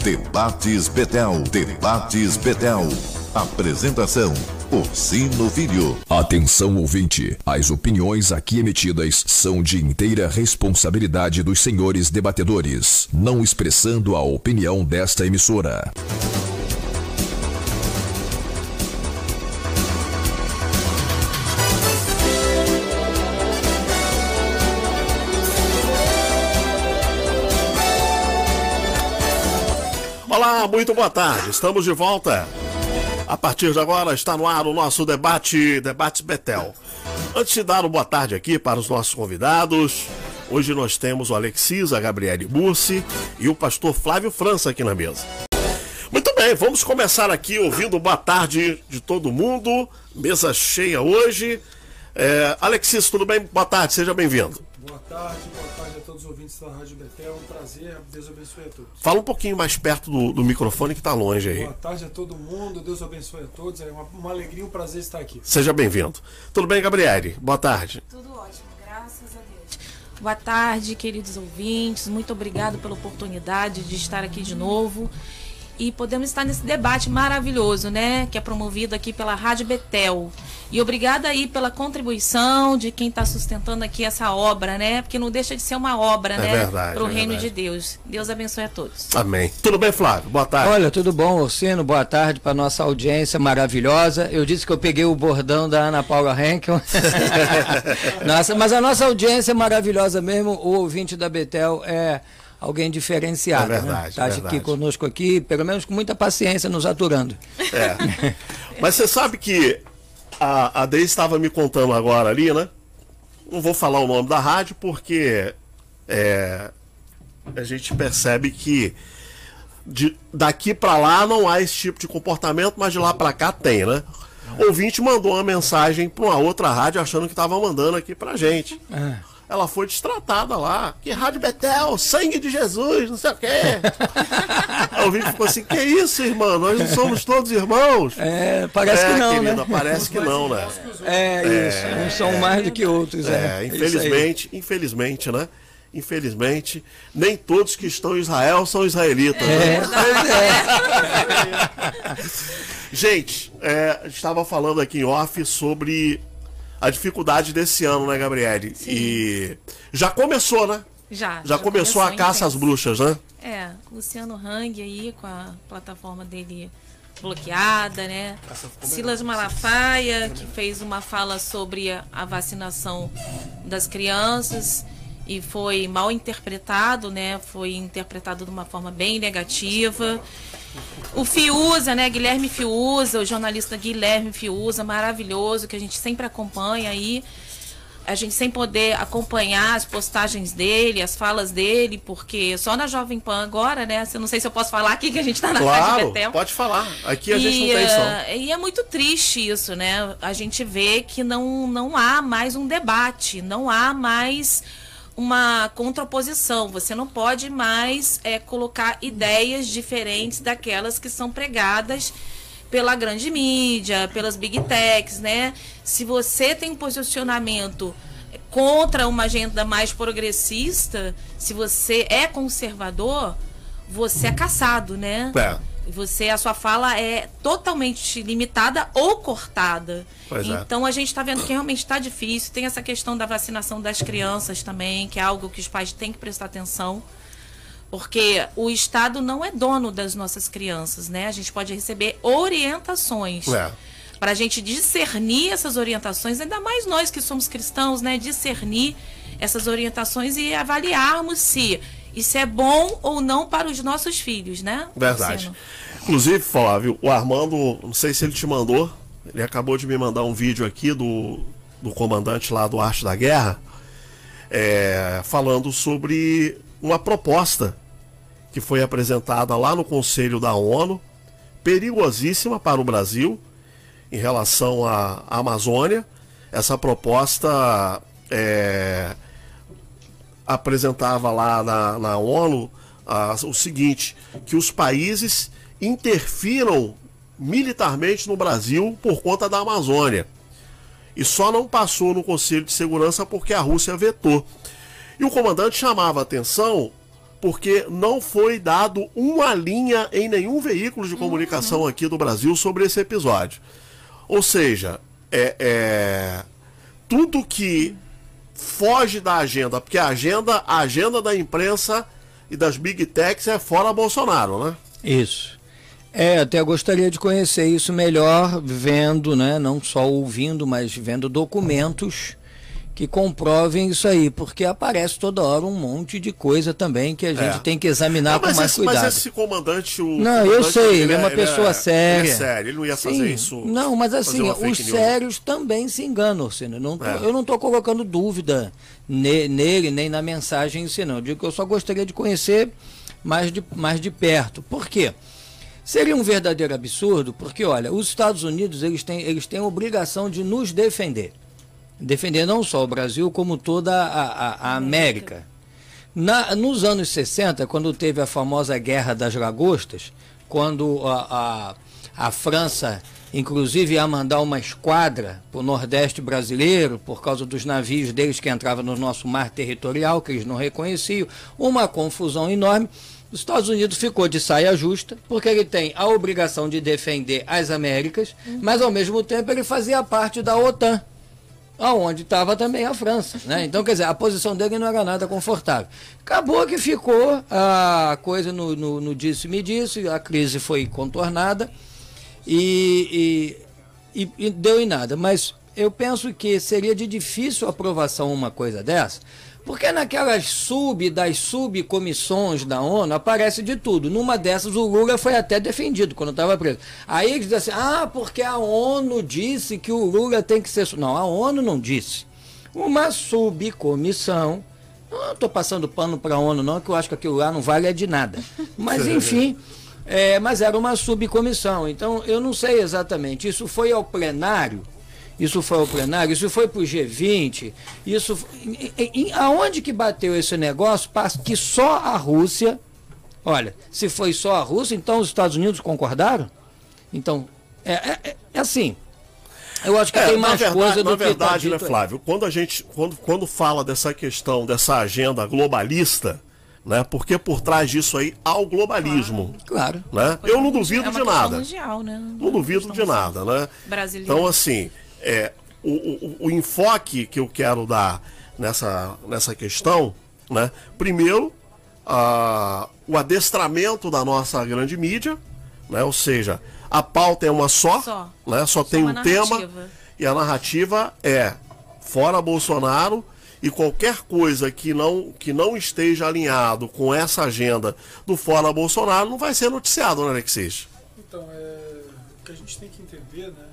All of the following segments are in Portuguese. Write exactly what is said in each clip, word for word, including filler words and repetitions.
Debates Betel. Debates Betel. Apresentação: Orsino Filho. Atenção, ouvinte. As opiniões aqui emitidas são de inteira responsabilidade dos senhores debatedores, não expressando a opinião desta emissora. Olá, muito boa tarde. Estamos de volta. A partir de agora está no ar o nosso debate, Debates Betel. Antes de dar uma boa tarde aqui para os nossos convidados, hoje nós temos o Alexis, a Gabriele Bursi e o pastor Flávio França aqui na mesa. Muito bem, vamos começar aqui ouvindo boa tarde de todo mundo. Mesa cheia hoje. É, Alexis, tudo bem? Boa tarde, seja bem-vindo. Boa tarde, boa tarde a todos os ouvintes da Rádio Betel, é um prazer, Deus abençoe a todos. Fala um pouquinho mais perto do, do microfone que está longe aí. Boa tarde a todo mundo, Deus abençoe a todos, é uma, uma alegria e um prazer estar aqui. Seja bem-vindo. Tudo bem, Gabriele? Boa tarde. Tudo ótimo, graças a Deus. Boa tarde, queridos ouvintes, muito obrigado pela oportunidade de estar aqui de novo. E podemos estar nesse debate maravilhoso, né? Que é promovido aqui pela Rádio Betel. E obrigada aí pela contribuição de quem está sustentando aqui essa obra, né? Porque não deixa de ser uma obra, é né? Verdade, para o é reino verdade. de Deus. Deus abençoe a todos. Amém. Tudo bem, Flávio? Boa tarde. Olha, tudo bom, Orsino? Boa tarde para nossa audiência maravilhosa. Eu disse que eu peguei o bordão da Ana Paula Henkel. Nossa, mas a nossa audiência é maravilhosa mesmo. O ouvinte da Betel é alguém diferenciado, é verdade, né? Está verdade. aqui conosco aqui, pelo menos com muita paciência, nos aturando. É. Mas você sabe que a, a Deise estava me contando agora ali, né? Não vou falar o nome da rádio porque é, a gente percebe que de, daqui para lá não há esse tipo de comportamento, mas de lá para cá tem, né? O ouvinte mandou uma mensagem para uma outra rádio achando que estava mandando aqui pra gente. É. Ela foi destratada lá. Que Rádio Betel, sangue de Jesus, não sei o quê. Aí o vídeo ficou assim, que isso, irmão? Nós não somos todos irmãos? É, parece é, que não, querida, né? parece que não, né? É isso, É, uns são mais do que outros. É, É, infelizmente, infelizmente, né? Infelizmente, nem todos que estão em Israel são israelitas. É, Né? pois é. Gente, é, a gente estava falando aqui em off sobre a dificuldade desse ano, né, Gabriele? Sim. E já começou, né? Já. Já, começou, a caça às bruxas, né? É, Luciano Hang aí com a plataforma dele bloqueada, né? Silas Malafaia, que fez uma fala sobre a vacinação das crianças e foi mal interpretado, né? Foi interpretado de uma forma bem negativa. O Fiuza, né? Guilherme Fiuza, o jornalista Guilherme Fiuza, maravilhoso, que a gente sempre acompanha aí. A gente sem poder acompanhar as postagens dele, as falas dele, porque só na Jovem Pan agora, né? Eu não sei se eu posso falar aqui que a gente tá na Claro, Rádio Betel. pode falar. Aqui a e, gente não tem som. E é muito triste isso, né? A gente vê que não, não há mais um debate, não há mais uma contraposição. Você não pode mais é, colocar ideias diferentes daquelas que são pregadas pela grande mídia, pelas big techs, né? Se você tem um posicionamento contra uma agenda mais progressista, se você é conservador, você é caçado, né? É. Você, a sua fala é totalmente limitada ou cortada. Pois é. Então a gente está vendo que realmente está difícil. Tem essa questão da vacinação das crianças também, que é algo que os pais têm que prestar atenção. Porque o Estado não é dono das nossas crianças, né? A gente pode receber orientações. É. Para a gente discernir essas orientações, ainda mais nós que somos cristãos, né? Discernir essas orientações e avaliarmos se isso é bom ou não para os nossos filhos, né? Verdade. Luciano? Inclusive, Flávio, o Armando, não sei se ele te mandou, ele acabou de me mandar um vídeo aqui do, do comandante lá do Arte da Guerra, é, falando sobre uma proposta que foi apresentada lá no Conselho da ONU, perigosíssima para o Brasil, em relação à Amazônia. Essa proposta é, apresentava lá na, na ONU ah, o seguinte, que os países interfiram militarmente no Brasil por conta da Amazônia. E só não passou no Conselho de Segurança porque a Rússia vetou. E o comandante chamava a atenção porque não foi dado uma linha em nenhum veículo de comunicação uhum. aqui do Brasil sobre esse episódio. Ou seja, é, é, tudo que foge da agenda, porque a agenda, a agenda da imprensa e das Big Techs é fora Bolsonaro, né? Isso. É, até gostaria de conhecer isso melhor, vendo, né, não só ouvindo, mas vendo documentos que comprovem isso aí, porque aparece toda hora um monte de coisa também que a gente é. tem que examinar é, com mais esse, cuidado. Mas esse comandante... O não, comandante, eu sei, ele, ele é uma ele pessoa é, séria. Ele é sério, ele não ia fazer Sim, isso... Não, mas assim, os sérios também se enganam, Orsino. Não tô, é. Eu não estou colocando dúvida ne, nele, nem na mensagem em si, não. Eu digo que eu só gostaria de conhecer mais de, mais de perto. Por quê? Seria um verdadeiro absurdo, porque, olha, os Estados Unidos, eles têm, eles têm a obrigação de nos defender. Defender não só o Brasil, como toda a, a, a América. Na, nos anos sessenta, quando teve a famosa Guerra das Lagostas, quando a, a, a França, inclusive, ia mandar uma esquadra para o Nordeste brasileiro, por causa dos navios deles que entravam no nosso mar territorial, que eles não reconheciam, uma confusão enorme. Os Estados Unidos ficou de saia justa, porque ele tem a obrigação de defender as Américas, uhum. mas ao mesmo tempo ele fazia parte da OTAN, aonde estava também a França, né? Então, quer dizer, a posição dele não era nada confortável. Acabou que ficou a coisa no, no, no disse-me disse, a crise foi contornada e, e, e deu em nada. Mas eu penso que seria de difícil aprovação uma coisa dessa, porque naquelas sub, das subcomissões da ONU aparece de tudo. Numa dessas o Lula foi até defendido quando estava preso. Aí eles dizem assim, ah, porque a ONU disse que o Lula tem que ser... Não, a ONU não disse. Uma subcomissão, não estou passando pano para a ONU não, que eu acho que aquilo lá não vale de nada. Mas enfim, é, mas era uma subcomissão. Então eu não sei exatamente, isso foi ao plenário, isso foi ao plenário, isso foi para o G vinte, isso, em, em, aonde que bateu esse negócio, que só a Rússia, olha, se foi só a Rússia, então os Estados Unidos concordaram? Então, é, é, é assim, eu acho que é, tem mais verdade, coisa do na que verdade, tá né, Flávio, quando a gente, quando, quando fala dessa questão, dessa agenda globalista, né, porque por trás disso aí há o globalismo. Claro. Né? Eu não duvido é uma de nada. Mundial, né? Não duvido de nada, né? Brasileiro. Então, assim, é, o, o, o enfoque que eu quero dar nessa, nessa questão, né? Primeiro, a, o adestramento da nossa grande mídia, né? Ou seja, a pauta é uma só, só, né? só, só tem um tema e a narrativa é fora Bolsonaro, e qualquer coisa que não, que não esteja alinhado com essa agenda do fora Bolsonaro não vai ser noticiado, né, Alexis? Então, é, o que a gente tem que entender, né?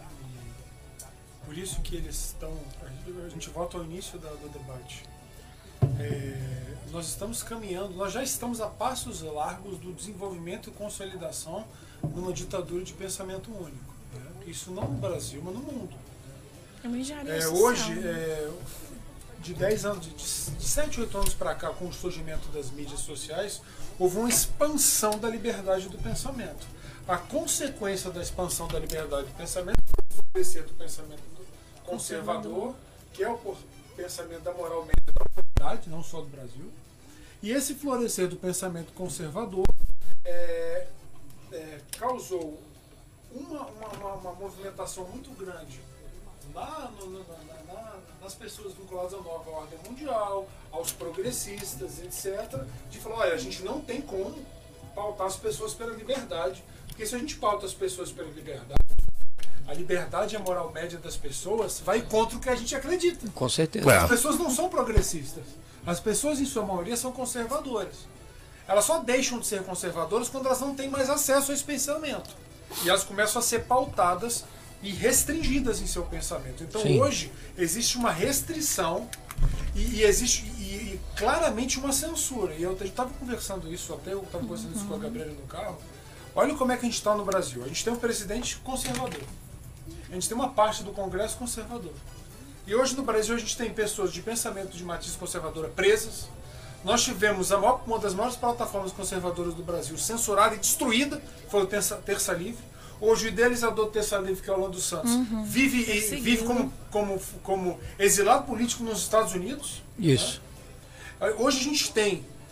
Por isso que eles estão... A gente, a gente volta ao início da, do debate. É, nós estamos caminhando, nós já estamos a passos largos do desenvolvimento e consolidação numa ditadura de pensamento único. Né? Isso não no Brasil, mas no mundo. É uma engenharia é, social, hoje, né? é, de dez anos, de sete, oito anos para cá, com o surgimento das mídias sociais, houve uma expansão da liberdade do pensamento. A consequência da expansão da liberdade do pensamento é o florescer do pensamento conservador, que é o pensamento da moral média da humanidade, não só do Brasil. E esse florescer do pensamento conservador é, é, causou uma, uma, uma, uma movimentação muito grande na, no, na, na, na, nas pessoas vinculadas à nova ordem mundial, aos progressistas, etcétera, de falar, olha, a gente não tem como pautar as pessoas pela liberdade, porque se a gente pauta as pessoas pela liberdade, a liberdade e a moral média das pessoas vai contra o que a gente acredita. Com certeza. As pessoas não são progressistas. As pessoas, em sua maioria, são conservadoras. Elas só deixam de ser conservadoras quando elas não têm mais acesso a esse pensamento. E elas começam a ser pautadas e restringidas em seu pensamento. Então, Sim. hoje, existe uma restrição e, e existe e, e claramente uma censura. E eu estava conversando isso, até eu estava conversando isso com a Gabriela no carro. Olha como é que a gente está no Brasil. A gente tem um presidente conservador. A gente tem uma parte do Congresso conservador. E hoje no Brasil a gente tem pessoas de pensamento de matriz conservadora presas. Nós tivemos a maior, uma das maiores plataformas conservadoras do Brasil censurada e destruída, foi o Terça, Terça Livre. Hoje o idealizador do Terça Livre, que é o Orlando Santos, uhum. vive, vive como, como, como exilado político nos Estados Unidos. Isso. Né? Hoje a gente tem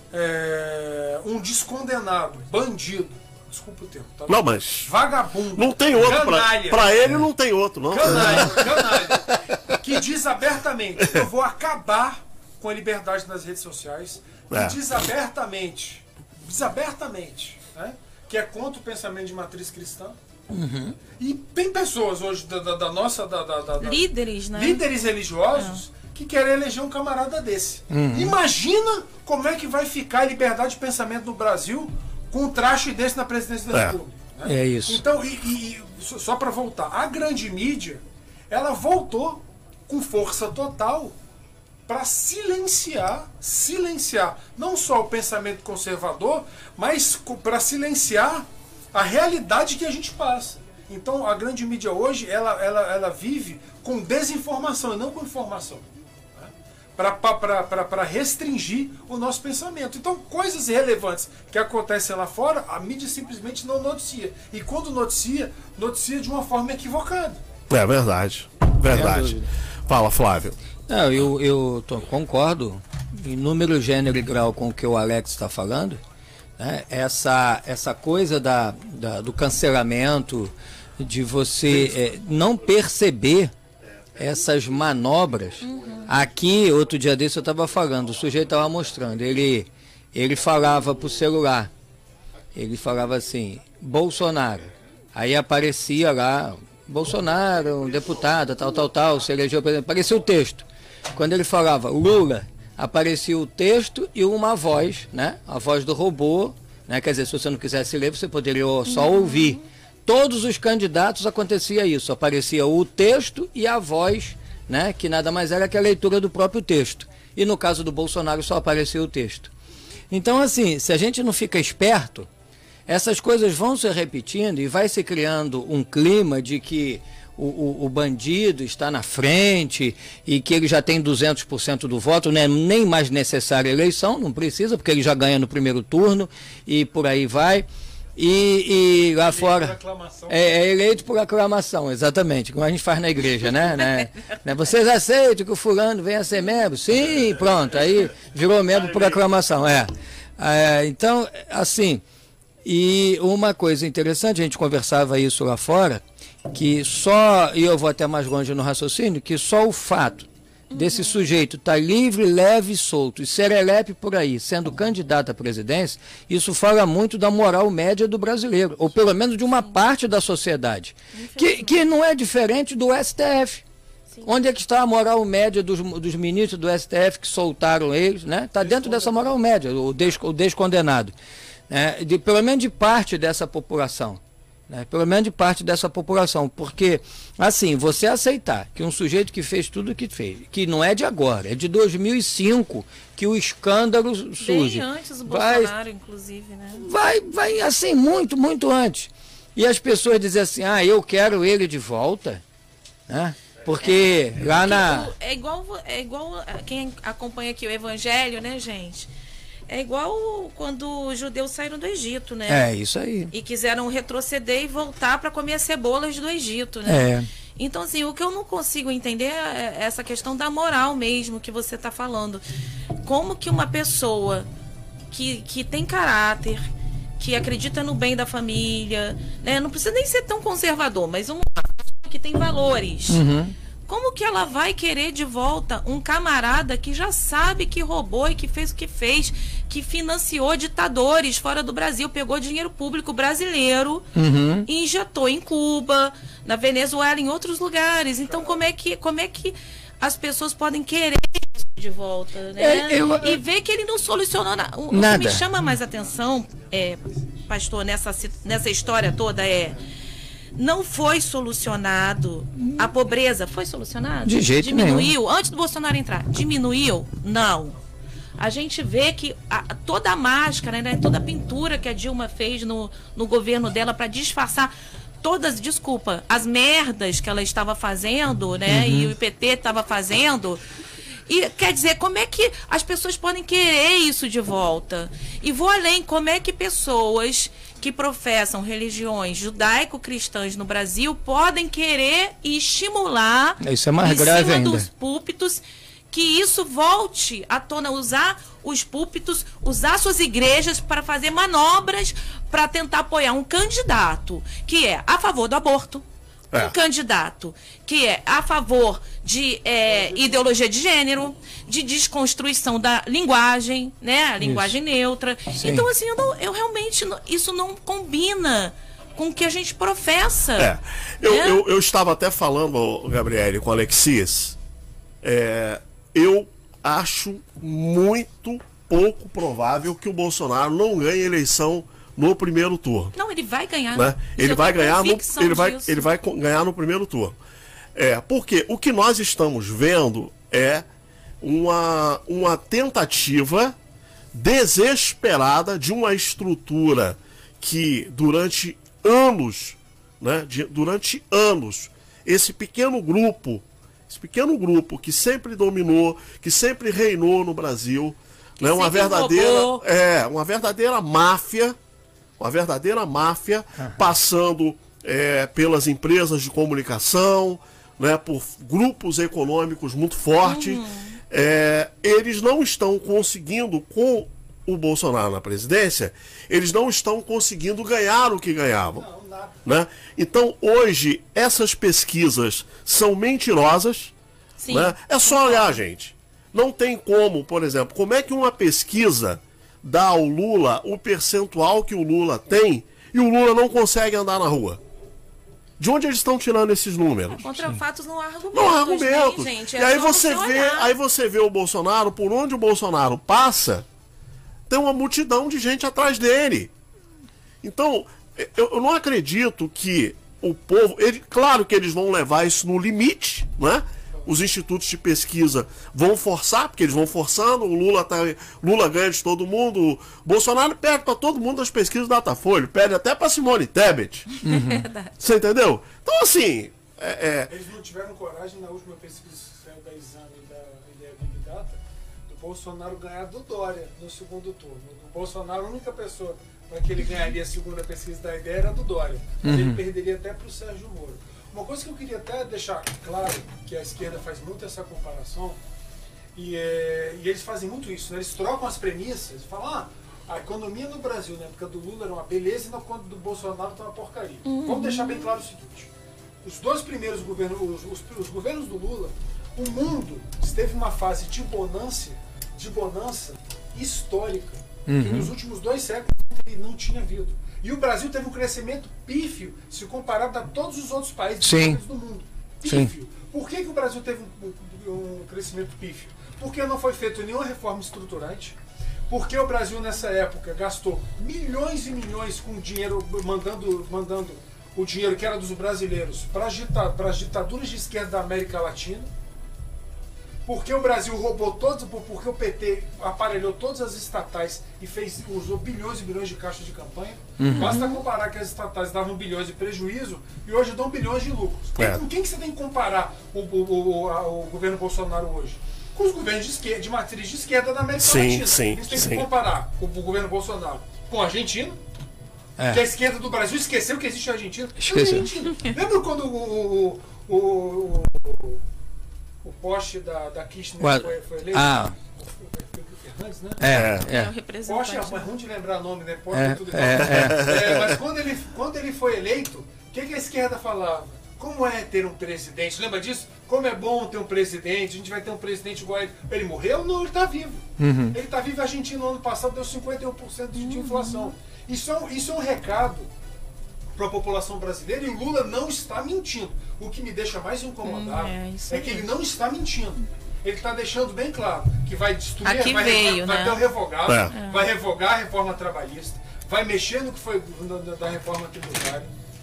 é, um descondenado, bandido, desculpa o termo, tá? Não, mas vagabundo, não tem outro pra, pra ele, não tem outro, não. Canalha, canalha, que diz abertamente: eu vou acabar com a liberdade nas redes sociais, que É. diz abertamente, diz abertamente, né, que é contra o pensamento de matriz cristã. Uhum. E tem pessoas hoje da, da, da nossa da, da, da, da, Líderes, né? líderes religiosos que querem eleger um camarada desse. Uhum. Imagina como é que vai ficar a liberdade de pensamento no Brasil com um traste desse na presidência da É. República. Né? É isso. Então, e, e- e só para voltar, a grande mídia, ela voltou com força total para silenciar, silenciar não só o pensamento conservador, mas para silenciar a realidade que a gente passa. Então, a grande mídia hoje, ela, ela, ela vive com desinformação e não com informação, para restringir o nosso pensamento. Então, coisas relevantes que acontecem lá fora, a mídia simplesmente não noticia. E quando noticia, noticia de uma forma equivocada. É verdade, verdade. Fala, Flávio. Não, eu, eu tô- concordo em número, gênero e grau com o que o Alex está falando. Né? Essa, essa coisa da, da- do cancelamento, de você é, não perceber essas manobras. Aqui, outro dia desse eu estava falando, o sujeito estava mostrando, ele, ele falava para o celular, ele falava assim, Bolsonaro, aí aparecia lá, Bolsonaro, um deputado, tal, tal, tal, se elegeu, por exemplo, aparecia o texto. Quando ele falava Lula, aparecia o texto e uma voz, né? A voz do robô, né? Quer dizer, se você não quisesse ler, você poderia só ouvir. Todos os candidatos acontecia isso, aparecia o texto e a voz, né? Que nada mais era que a leitura do próprio texto. E no caso do Bolsonaro só aparecia o texto. Então, assim, se a gente não fica esperto, essas coisas vão se repetindo e vai se criando um clima de que o, o, o bandido está na frente e que ele já tem duzentos por cento do voto, né? Nem mais necessária a eleição, não precisa, porque ele já ganha no primeiro turno e por aí vai. E, e lá fora é, é eleito por aclamação, exatamente, como a gente faz na igreja, né? né? né? Vocês aceitam que o fulano venha a ser membro? Sim, pronto, aí virou membro por aclamação, é. é então, assim, e uma coisa interessante, a gente conversava isso lá fora, que só, e eu vou até mais longe no raciocínio, que só o fato desse sujeito estar tá livre, leve e solto, e serelepe por aí, sendo candidato à presidência, isso fala muito da moral média do brasileiro, ou pelo menos de uma parte da sociedade, que, que não é diferente do S T F. Sim. Onde é que está a moral média dos, dos ministros do S T F que soltaram eles, né? Está dentro dessa moral média, o, des, o descondenado, né? De, pelo menos de parte dessa população. Né, pelo menos de parte dessa população, porque assim, você aceitar que um sujeito que fez tudo o que fez, que não é de agora, é de dois mil e cinco que o escândalo surge. Bem antes do vai, Bolsonaro, inclusive, né? Vai, vai assim, muito, muito antes. E as pessoas dizem assim, ah, eu quero ele de volta, né? Porque é, lá na... É igual, é igual quem acompanha aqui o Evangelho, né, gente? É igual quando os judeus saíram do Egito, né? É, isso aí. E quiseram retroceder e voltar para comer as cebolas do Egito, né? É. Então, assim, o que eu não consigo entender é essa questão da moral mesmo que você está falando. Como que uma pessoa que, que tem caráter, que acredita no bem da família, né? Não precisa nem ser tão conservador, mas uma que tem valores. Uhum. Como que ela vai querer de volta um camarada que já sabe que roubou e que fez o que fez, que financiou ditadores fora do Brasil, pegou dinheiro público brasileiro uhum. e injetou em Cuba, na Venezuela, em outros lugares. Então, como é que, como é que as pessoas podem querer isso de volta, né? É, eu, e ver que ele não solucionou na, o, nada. O que me chama mais atenção, é, pastor, nessa, nessa história toda é... Não foi solucionado a pobreza. Foi solucionado? De jeito Diminuiu? nenhum. Antes do Bolsonaro entrar. Diminuiu? Não. A gente vê que a, toda a máscara, né, toda a pintura que a Dilma fez no, no governo dela para disfarçar todas, desculpa, as merdas que ela estava fazendo, né? Uhum. E o P T estava fazendo. E quer dizer, como é que as pessoas podem querer isso de volta? E vou além, como é que pessoas que professam religiões judaico-cristãs no Brasil podem querer e estimular isso é mais em grave cima ainda. dos púlpitos que isso volte à tona, usar os púlpitos, usar suas igrejas para fazer manobras para tentar apoiar um candidato que é a favor do aborto, é. um candidato que é a favor de é, ideologia de gênero, de desconstrução da linguagem, né, a linguagem isso. neutra. Sim. Então, assim, eu, não, eu realmente, não, isso não combina com o que a gente professa. É. Eu, né? eu, eu estava até falando, Gabriele, com o Alexias, é, eu acho muito pouco provável que o Bolsonaro não ganhe a eleição no primeiro turno. Não, ele vai ganhar. Né? Ele, vai ganhar no, ele, vai, ele vai ganhar no primeiro turno. É, porque o que nós estamos vendo é uma, uma tentativa desesperada de uma estrutura que durante anos, né, de, durante anos, esse pequeno grupo, esse pequeno grupo que sempre dominou, que sempre reinou no Brasil, né, uma verdadeira, é, uma verdadeira máfia, uma verdadeira máfia, uhum. passando é, pelas empresas de comunicação, né, por grupos econômicos muito fortes, uhum. é, eles não estão conseguindo, com o Bolsonaro na presidência, eles não estão conseguindo ganhar o que ganhavam. Não, nada. Né? Então, hoje, essas pesquisas são mentirosas. Sim. Né? É só olhar, gente. Não tem como, por exemplo, como é que uma pesquisa dá ao Lula o percentual que o Lula tem e o Lula não consegue andar na rua? De onde eles estão tirando esses números? Contra fatos não há argumentos. Não há argumentos. Né, gente? É e aí você, vê, aí você vê o Bolsonaro, por onde o Bolsonaro passa, tem uma multidão de gente atrás dele. Então, eu, eu não acredito que o povo... Ele, claro que eles vão levar isso no limite, né? Os institutos de pesquisa vão forçar, porque eles vão forçando, o Lula, tá, Lula ganha de todo mundo, o Bolsonaro perde para todo mundo das pesquisas do Datafolha, perde até para Simone Tebet. Uhum. É verdade. Você entendeu? Então, assim... É, é... Eles não tiveram coragem na última pesquisa que saiu da Exame e da, e da Big Data, do Bolsonaro ganhar do Dória no segundo turno. O Bolsonaro, a única pessoa para que ele ganharia a segunda pesquisa da ideia era do Dória. Mas uhum. ele perderia até para o Sérgio Moro. Uma coisa que eu queria até deixar claro, que a esquerda faz muito essa comparação, e, é, e eles fazem muito isso, né? Eles trocam as premissas e falam, ah, a economia no Brasil na época do Lula era uma beleza e na época do Bolsonaro está uma porcaria. Uhum. Vamos deixar bem claro o seguinte, os dois primeiros governos, os, os, os governos do Lula, o mundo esteve uma fase de bonança, de bonança histórica, uhum. que nos últimos dois séculos não tinha havido. E o Brasil teve um crescimento pífio se comparado a todos os outros países do mundo. Pífio. Sim. Por que, que o Brasil teve um, um crescimento pífio? Porque não foi feita nenhuma reforma estruturante. Porque o Brasil, nessa época, gastou milhões e milhões com dinheiro, mandando, mandando o dinheiro que era dos brasileiros para as dita, ditaduras de esquerda da América Latina. Porque o Brasil roubou todos, porque o P T aparelhou todas as estatais e fez, usou bilhões e bilhões de caixas de campanha. Uhum. Basta comparar que as estatais davam bilhões de prejuízo e hoje dão bilhões de lucros. É. Com quem que você tem que comparar o, o, o, a, o governo Bolsonaro hoje? Com os governos de, esquerda, de matriz de esquerda da América sim, Latina. Sim, a gente tem sim. que comparar o, o governo Bolsonaro com a Argentina. É. Que a esquerda do Brasil esqueceu que existe a Argentina. Esqueceu. Argentina. Lembra quando o... o, o, o o poste da, da Kirchner What? foi, foi eleito? Ah. O Fernandes, né? É, é. é o representante. Poste é ruim de lembrar nome, né? Poste é, é tudo igual. É, é. É, mas quando ele, quando ele foi eleito, o que, que a esquerda falava? Como é ter um presidente? Lembra disso? Como é bom ter um presidente, a gente vai ter um presidente igual a ele. Ele morreu? Não, ele está vivo. Uhum. Ele está vivo. A Argentina no ano passado deu cinquenta e um por cento de uhum. inflação. Isso é, um, isso é um recado para a população brasileira e o Lula não está mentindo. O que me deixa mais incomodado hum, é, é que ele não está mentindo. Ele está deixando bem claro que vai destruir, Aqui vai, veio, vai, né? vai ter o revogado, é. vai revogar a reforma trabalhista, vai mexer no que foi da, da reforma tributária.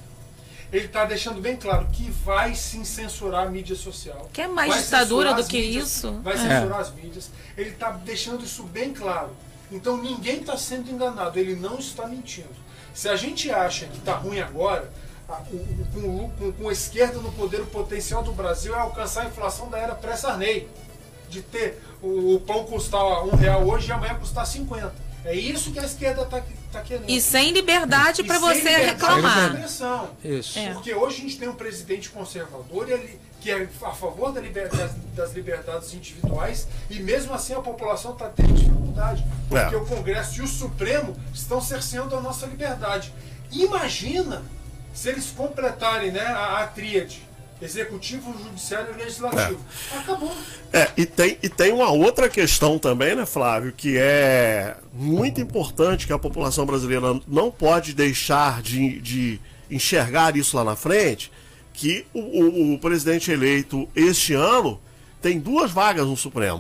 Ele está deixando bem claro que vai sim censurar a mídia social. Quer mais ditadura do que mídias, isso? Vai censurar é. as mídias. Ele está deixando isso bem claro. Então ninguém está sendo enganado. Ele não está mentindo. Se a gente acha que está ruim agora, a, o, com, com, com a esquerda no poder, o potencial do Brasil é alcançar a inflação da era pré-Sarney. De ter o, o pão custar um real hoje e amanhã custar cinquenta. É isso que a esquerda está está querendo. E sem liberdade para você liberdade reclamar. de expressão. Isso. É. Porque hoje a gente tem um presidente conservador ele, que é a favor da liberdade, das liberdades individuais, e mesmo assim a população está tendo dificuldade. É. Porque o Congresso e o Supremo estão cerceando a nossa liberdade. Imagina se eles completarem, né, a, a tríade. Executivo, Judiciário e Legislativo. É. Acabou. É, e tem, e tem uma outra questão também, né, Flávio, que é muito importante, que a população brasileira não pode deixar de, de enxergar isso lá na frente, que o, o, o presidente eleito este ano tem duas vagas no Supremo.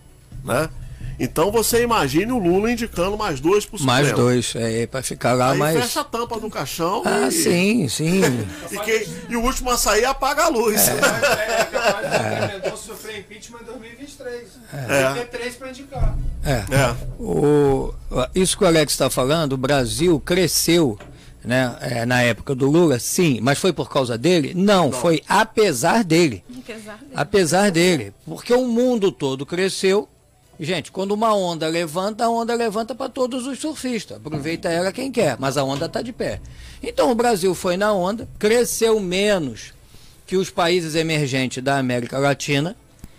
Né? Então você imagine o Lula indicando mais dois para o Supremo. Mais dois, é, para ficar lá Aí mais... fecha a tampa do caixão. Ah, e... sim, sim. e, quem... e o último a sair apaga a luz. É, é capaz de o Mendonça sofrer impeachment em dois mil e vinte e três. É. Tem que ter três para indicar. É. É. O, isso que o Alex está falando, o Brasil cresceu, né, é, na época do Lula, sim, mas foi por causa dele? Não, Não. foi apesar dele. Apesar dele. Apesar dele. Porque o mundo todo cresceu. Gente, quando uma onda levanta, a onda levanta para todos os surfistas. Aproveita ela quem quer, mas a onda está de pé. Então o Brasil foi na onda, cresceu menos que os países emergentes da América Latina.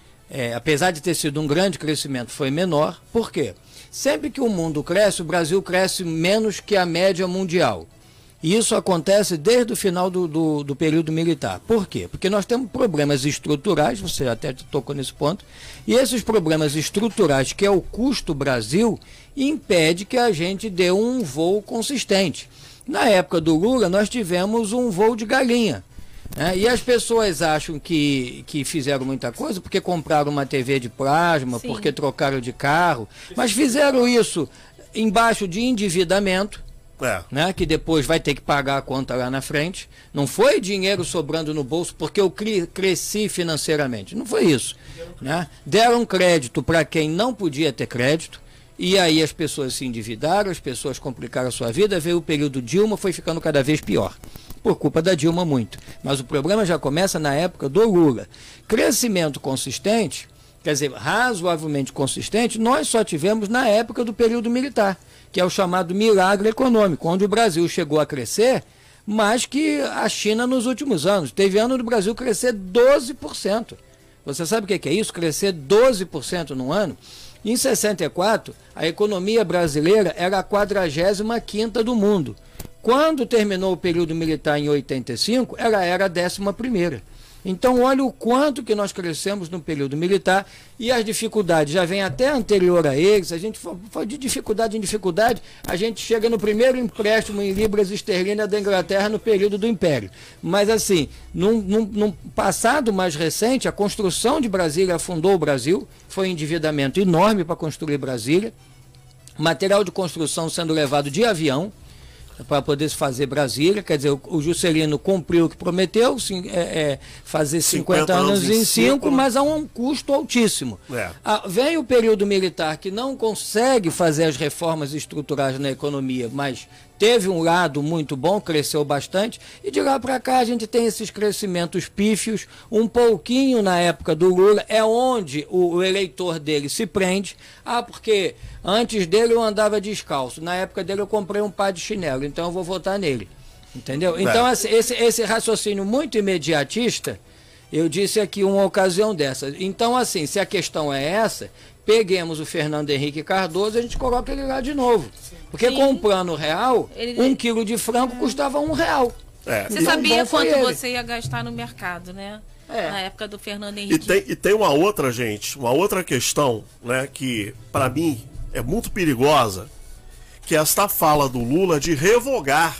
É, apesar de ter sido um grande crescimento, foi menor. Por quê? Sempre que o mundo cresce, o Brasil cresce menos que a média mundial. E isso acontece desde o final do, do, do período militar. Por quê? Porque nós temos problemas estruturais, você até tocou nesse ponto, e esses problemas estruturais, que é o custo Brasil, impede que a gente dê um voo consistente. Na época do Lula, nós tivemos um voo de galinha. Né? E as pessoas acham que, que fizeram muita coisa porque compraram uma T V de plasma, Sim. porque trocaram de carro, mas fizeram isso embaixo de endividamento. É. Né, que depois vai ter que pagar a conta lá na frente. Não foi dinheiro sobrando no bolso porque eu cre cresci financeiramente. Não foi isso. Né? Deram crédito para quem não podia ter crédito. E aí as pessoas se endividaram, as pessoas complicaram a sua vida. Veio o período Dilma, foi ficando cada vez pior. Por culpa da Dilma muito. Mas o problema já começa na época do Lula. Crescimento consistente, quer dizer, razoavelmente consistente, nós só tivemos na época do período militar, que é o chamado milagre econômico, onde o Brasil chegou a crescer mais que a China nos últimos anos. Teve ano do Brasil crescer doze por cento. Você sabe o que é isso? Crescer doze por cento no ano? Em sessenta e quatro, a economia brasileira era a quadragésima quinta do mundo. Quando terminou o período militar em oitenta e cinco, ela era a décima primeira. Então, olha o quanto que nós crescemos no período militar, e as dificuldades já vêm até anterior a eles. A gente fala de dificuldade em dificuldade, a gente chega no primeiro empréstimo em libras esterlinas da Inglaterra no período do Império. Mas assim, num, num, num passado mais recente, a construção de Brasília afundou o Brasil, foi um endividamento enorme para construir Brasília, material de construção sendo levado de avião, para poder se fazer Brasília, quer dizer, o, o Juscelino cumpriu o que prometeu, sim, é, é, fazer cinquenta anos em cinco, mas a um custo altíssimo. É. Ah, vem o período militar que não consegue fazer as reformas estruturais na economia, mas teve um lado muito bom, cresceu bastante, e de lá para cá a gente tem esses crescimentos pífios, um pouquinho na época do Lula, é onde o, o eleitor dele se prende. Ah, porque antes dele eu andava descalço, na época dele eu comprei um par de chinelo, então eu vou votar nele. Entendeu? Então assim, esse, esse raciocínio muito imediatista, eu disse aqui uma ocasião dessa. Então assim, se a questão é essa, peguemos o Fernando Henrique Cardoso e a gente coloca ele lá de novo. Porque Sim. com o plano real, ele... um quilo de frango custava um real. É. Você sabia quanto você ia gastar no mercado, né? É. Na época do Fernando Henrique. E tem, e tem uma outra, gente, uma outra questão, né, que para mim é muito perigosa, que é esta fala do Lula de revogar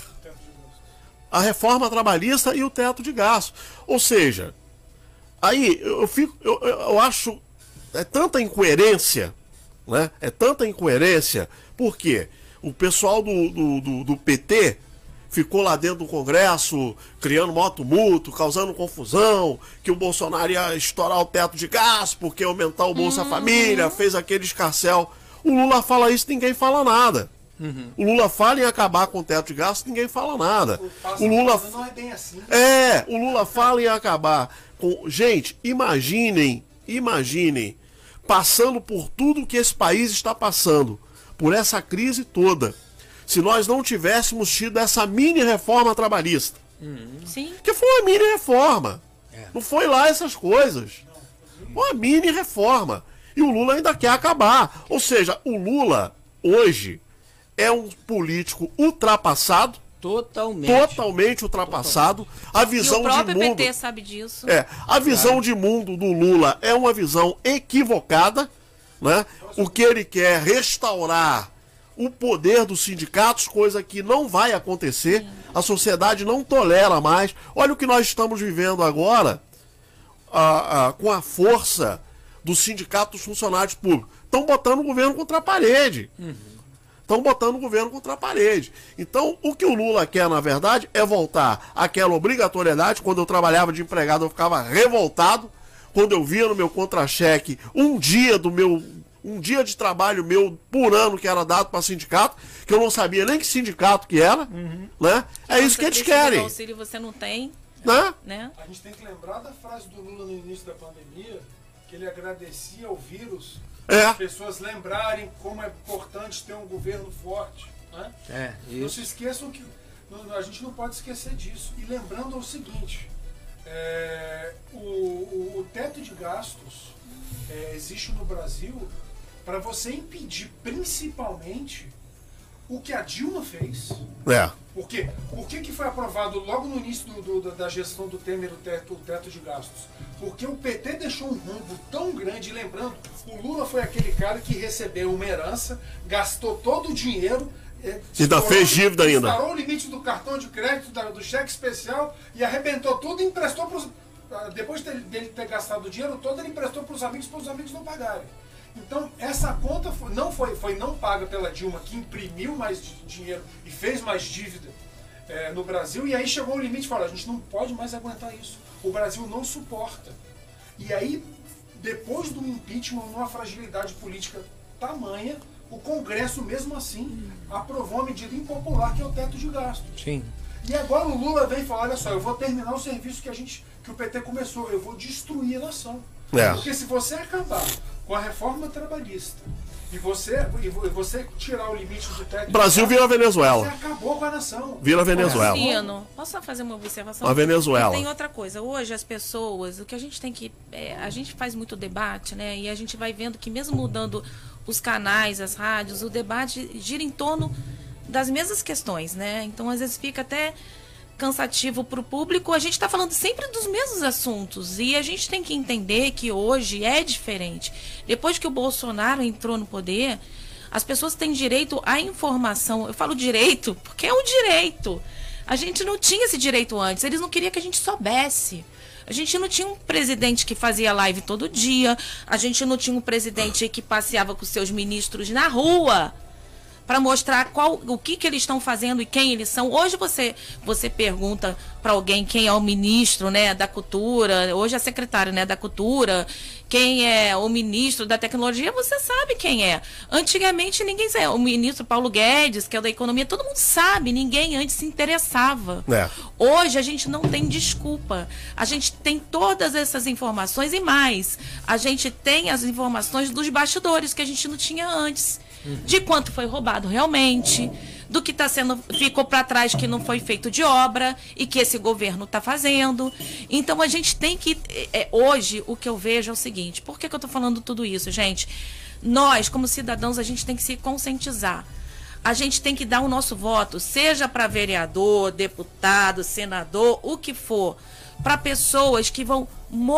a reforma trabalhista e o teto de gastos. Ou seja, aí eu fico, eu, eu acho, é tanta incoerência, né? É tanta incoerência, porque o pessoal do, do, do, do P T ficou lá dentro do Congresso criando maior tumulto, causando confusão, que o Bolsonaro ia estourar o teto de gastos porque ia aumentar o Bolsa uhum. Família, fez aquele escarcéu. O Lula fala isso, ninguém fala nada. Uhum. O Lula fala em acabar com o teto de gastos, ninguém fala nada. O, o Lula não é bem assim. É, o Lula fala em acabar com... Gente, imaginem, imaginem, passando por tudo que esse país está passando, por essa crise toda. se nós não tivéssemos tido essa mini reforma trabalhista. Uhum. Sim. Que foi uma mini reforma. É. Não foi lá essas coisas. Uma mini reforma. E o Lula ainda quer acabar. Ou seja, o Lula, hoje, é um político ultrapassado. Totalmente. Totalmente ultrapassado. Totalmente. A visão e o próprio de mundo. P T sabe disso. É, a visão é. de mundo do Lula é uma visão equivocada, né? O que ele quer é restaurar o poder dos sindicatos, coisa que não vai acontecer. Sim. A sociedade não tolera mais. Olha o que nós estamos vivendo agora, a, a, com a força dos sindicatos dos funcionários públicos. Estão botando o governo contra a parede. Uhum. Estão botando o governo contra a parede. Então, o que o Lula quer, na verdade, é voltar àquela obrigatoriedade. Quando eu trabalhava de empregado, eu ficava revoltado. Quando eu via no meu contra-cheque um dia do meu... um dia de trabalho meu por ano que era dado para sindicato, que eu não sabia nem que sindicato que era, uhum. né? É isso que eles querem. O auxílio você não tem, né? né? A gente tem que lembrar da frase do Lula no início da pandemia, que ele agradecia ao vírus, é. as pessoas lembrarem como é importante ter um governo forte, né? É, isso. Não se esqueçam que não, a gente não pode esquecer disso. E lembrando o seguinte, é, o, o, o teto de gastos é, existe no Brasil para você impedir principalmente o que a Dilma fez. É. Por quê? Por que, que foi aprovado logo no início do, do, da gestão do Temer o teto, o teto de gastos? Porque o P T deixou um rombo tão grande, lembrando, o Lula foi aquele cara que recebeu uma herança, gastou todo o dinheiro, é, ainda fez dívida ainda. Estourou o limite do cartão de crédito, da, do cheque especial e arrebentou tudo e emprestou para os... Depois dele, dele ter gastado o dinheiro todo, ele emprestou para os amigos, para os amigos não pagarem. Então, essa conta foi, não foi, foi não paga pela Dilma, que imprimiu mais dinheiro e fez mais dívida é, no Brasil, e aí chegou o limite e falou, a gente não pode mais aguentar isso. O Brasil não suporta. E aí, depois do impeachment, numa fragilidade política tamanha, o Congresso, mesmo assim, aprovou uma medida impopular, que é o teto de gastos. Sim. E agora o Lula vem falar, olha só, eu vou terminar o serviço que, a gente, que o P T começou, eu vou destruir a nação. É. Porque se você acabar com a reforma trabalhista e você, e você tirar o limite do teto... O Brasil vira a Venezuela. Você acabou com a nação. Vira a Venezuela. Luciano, posso só fazer uma observação? A Venezuela. E tem outra coisa. Hoje as pessoas, o que a gente tem que... É, a gente faz muito debate, né? E a gente vai vendo que mesmo mudando os canais, as rádios, o debate gira em torno das mesmas questões, né? Então às vezes fica até cansativo para o público. A gente está falando sempre dos mesmos assuntos e a gente tem que entender que hoje é diferente. Depois que o Bolsonaro entrou no poder, as pessoas têm direito à informação. Eu falo direito porque é um direito. A gente não tinha esse direito antes. Eles não queriam que a gente soubesse. A gente não tinha um presidente que fazia live todo dia. A gente não tinha um presidente que passeava com seus ministros na rua para mostrar qual, o que, que eles estão fazendo e quem eles são. Hoje você, você pergunta para alguém quem é o ministro, né, da cultura, hoje é secretário, né, da cultura, quem é o ministro da tecnologia, você sabe quem é. Antigamente ninguém sabia. O ministro Paulo Guedes, que é o da economia, todo mundo sabe, ninguém antes se interessava. É. Hoje a gente não tem desculpa. A gente tem todas essas informações e mais. A gente tem as informações dos bastidores que a gente não tinha antes. De quanto foi roubado realmente, do que tá sendo, ficou para trás que não foi feito de obra e que esse governo está fazendo. Então a gente tem que, é, hoje o que eu vejo é o seguinte, por que, que eu estou falando tudo isso, gente? Nós, como cidadãos, a gente tem que se conscientizar. A gente tem que dar o nosso voto, seja para vereador, deputado, senador, o que for, para pessoas que vão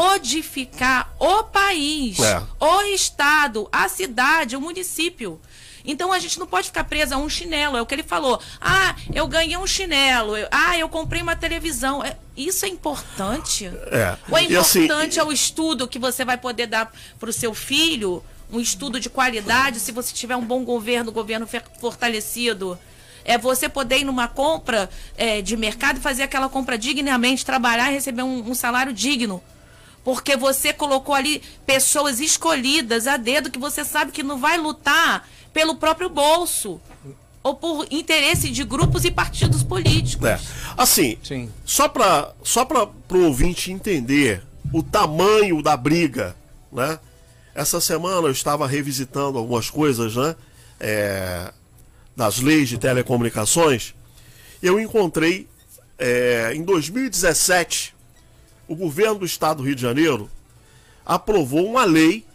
modificar o país, é. o estado, a cidade, o município. Então a gente não pode ficar preso a um chinelo. É o que ele falou. Ah, eu ganhei um chinelo. Eu, ah, eu comprei uma televisão. É, isso é importante? É. Ou é importante assim, é o estudo que você vai poder dar para o seu filho, um estudo de qualidade, se você tiver um bom governo, governo fortalecido. É você poder ir numa compra é, de mercado e fazer aquela compra dignamente, trabalhar e receber um, um salário digno. Porque você colocou ali pessoas escolhidas a dedo que você sabe que não vai lutar pelo próprio bolso ou por interesse de grupos e partidos políticos. É. Assim, Sim. só para só para o ouvinte entender o tamanho da briga, né? Essa semana eu estava revisitando algumas coisas, né? É, das leis de telecomunicações, eu encontrei, é, em dois mil e dezessete, o governo do estado do Rio de Janeiro aprovou uma lei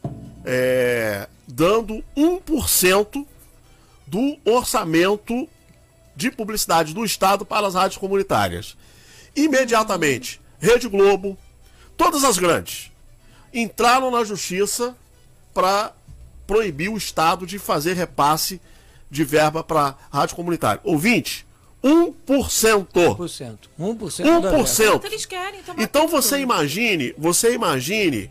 é, dando um por cento do orçamento de publicidade do estado para as rádios comunitárias. Imediatamente, Rede Globo, todas as grandes, entraram na justiça para proibir o estado de fazer repasse de verba para rádio comunitária. Ouvinte, um por cento. um por cento. um por cento. um por cento. Eles querem, então você imagine, você imagine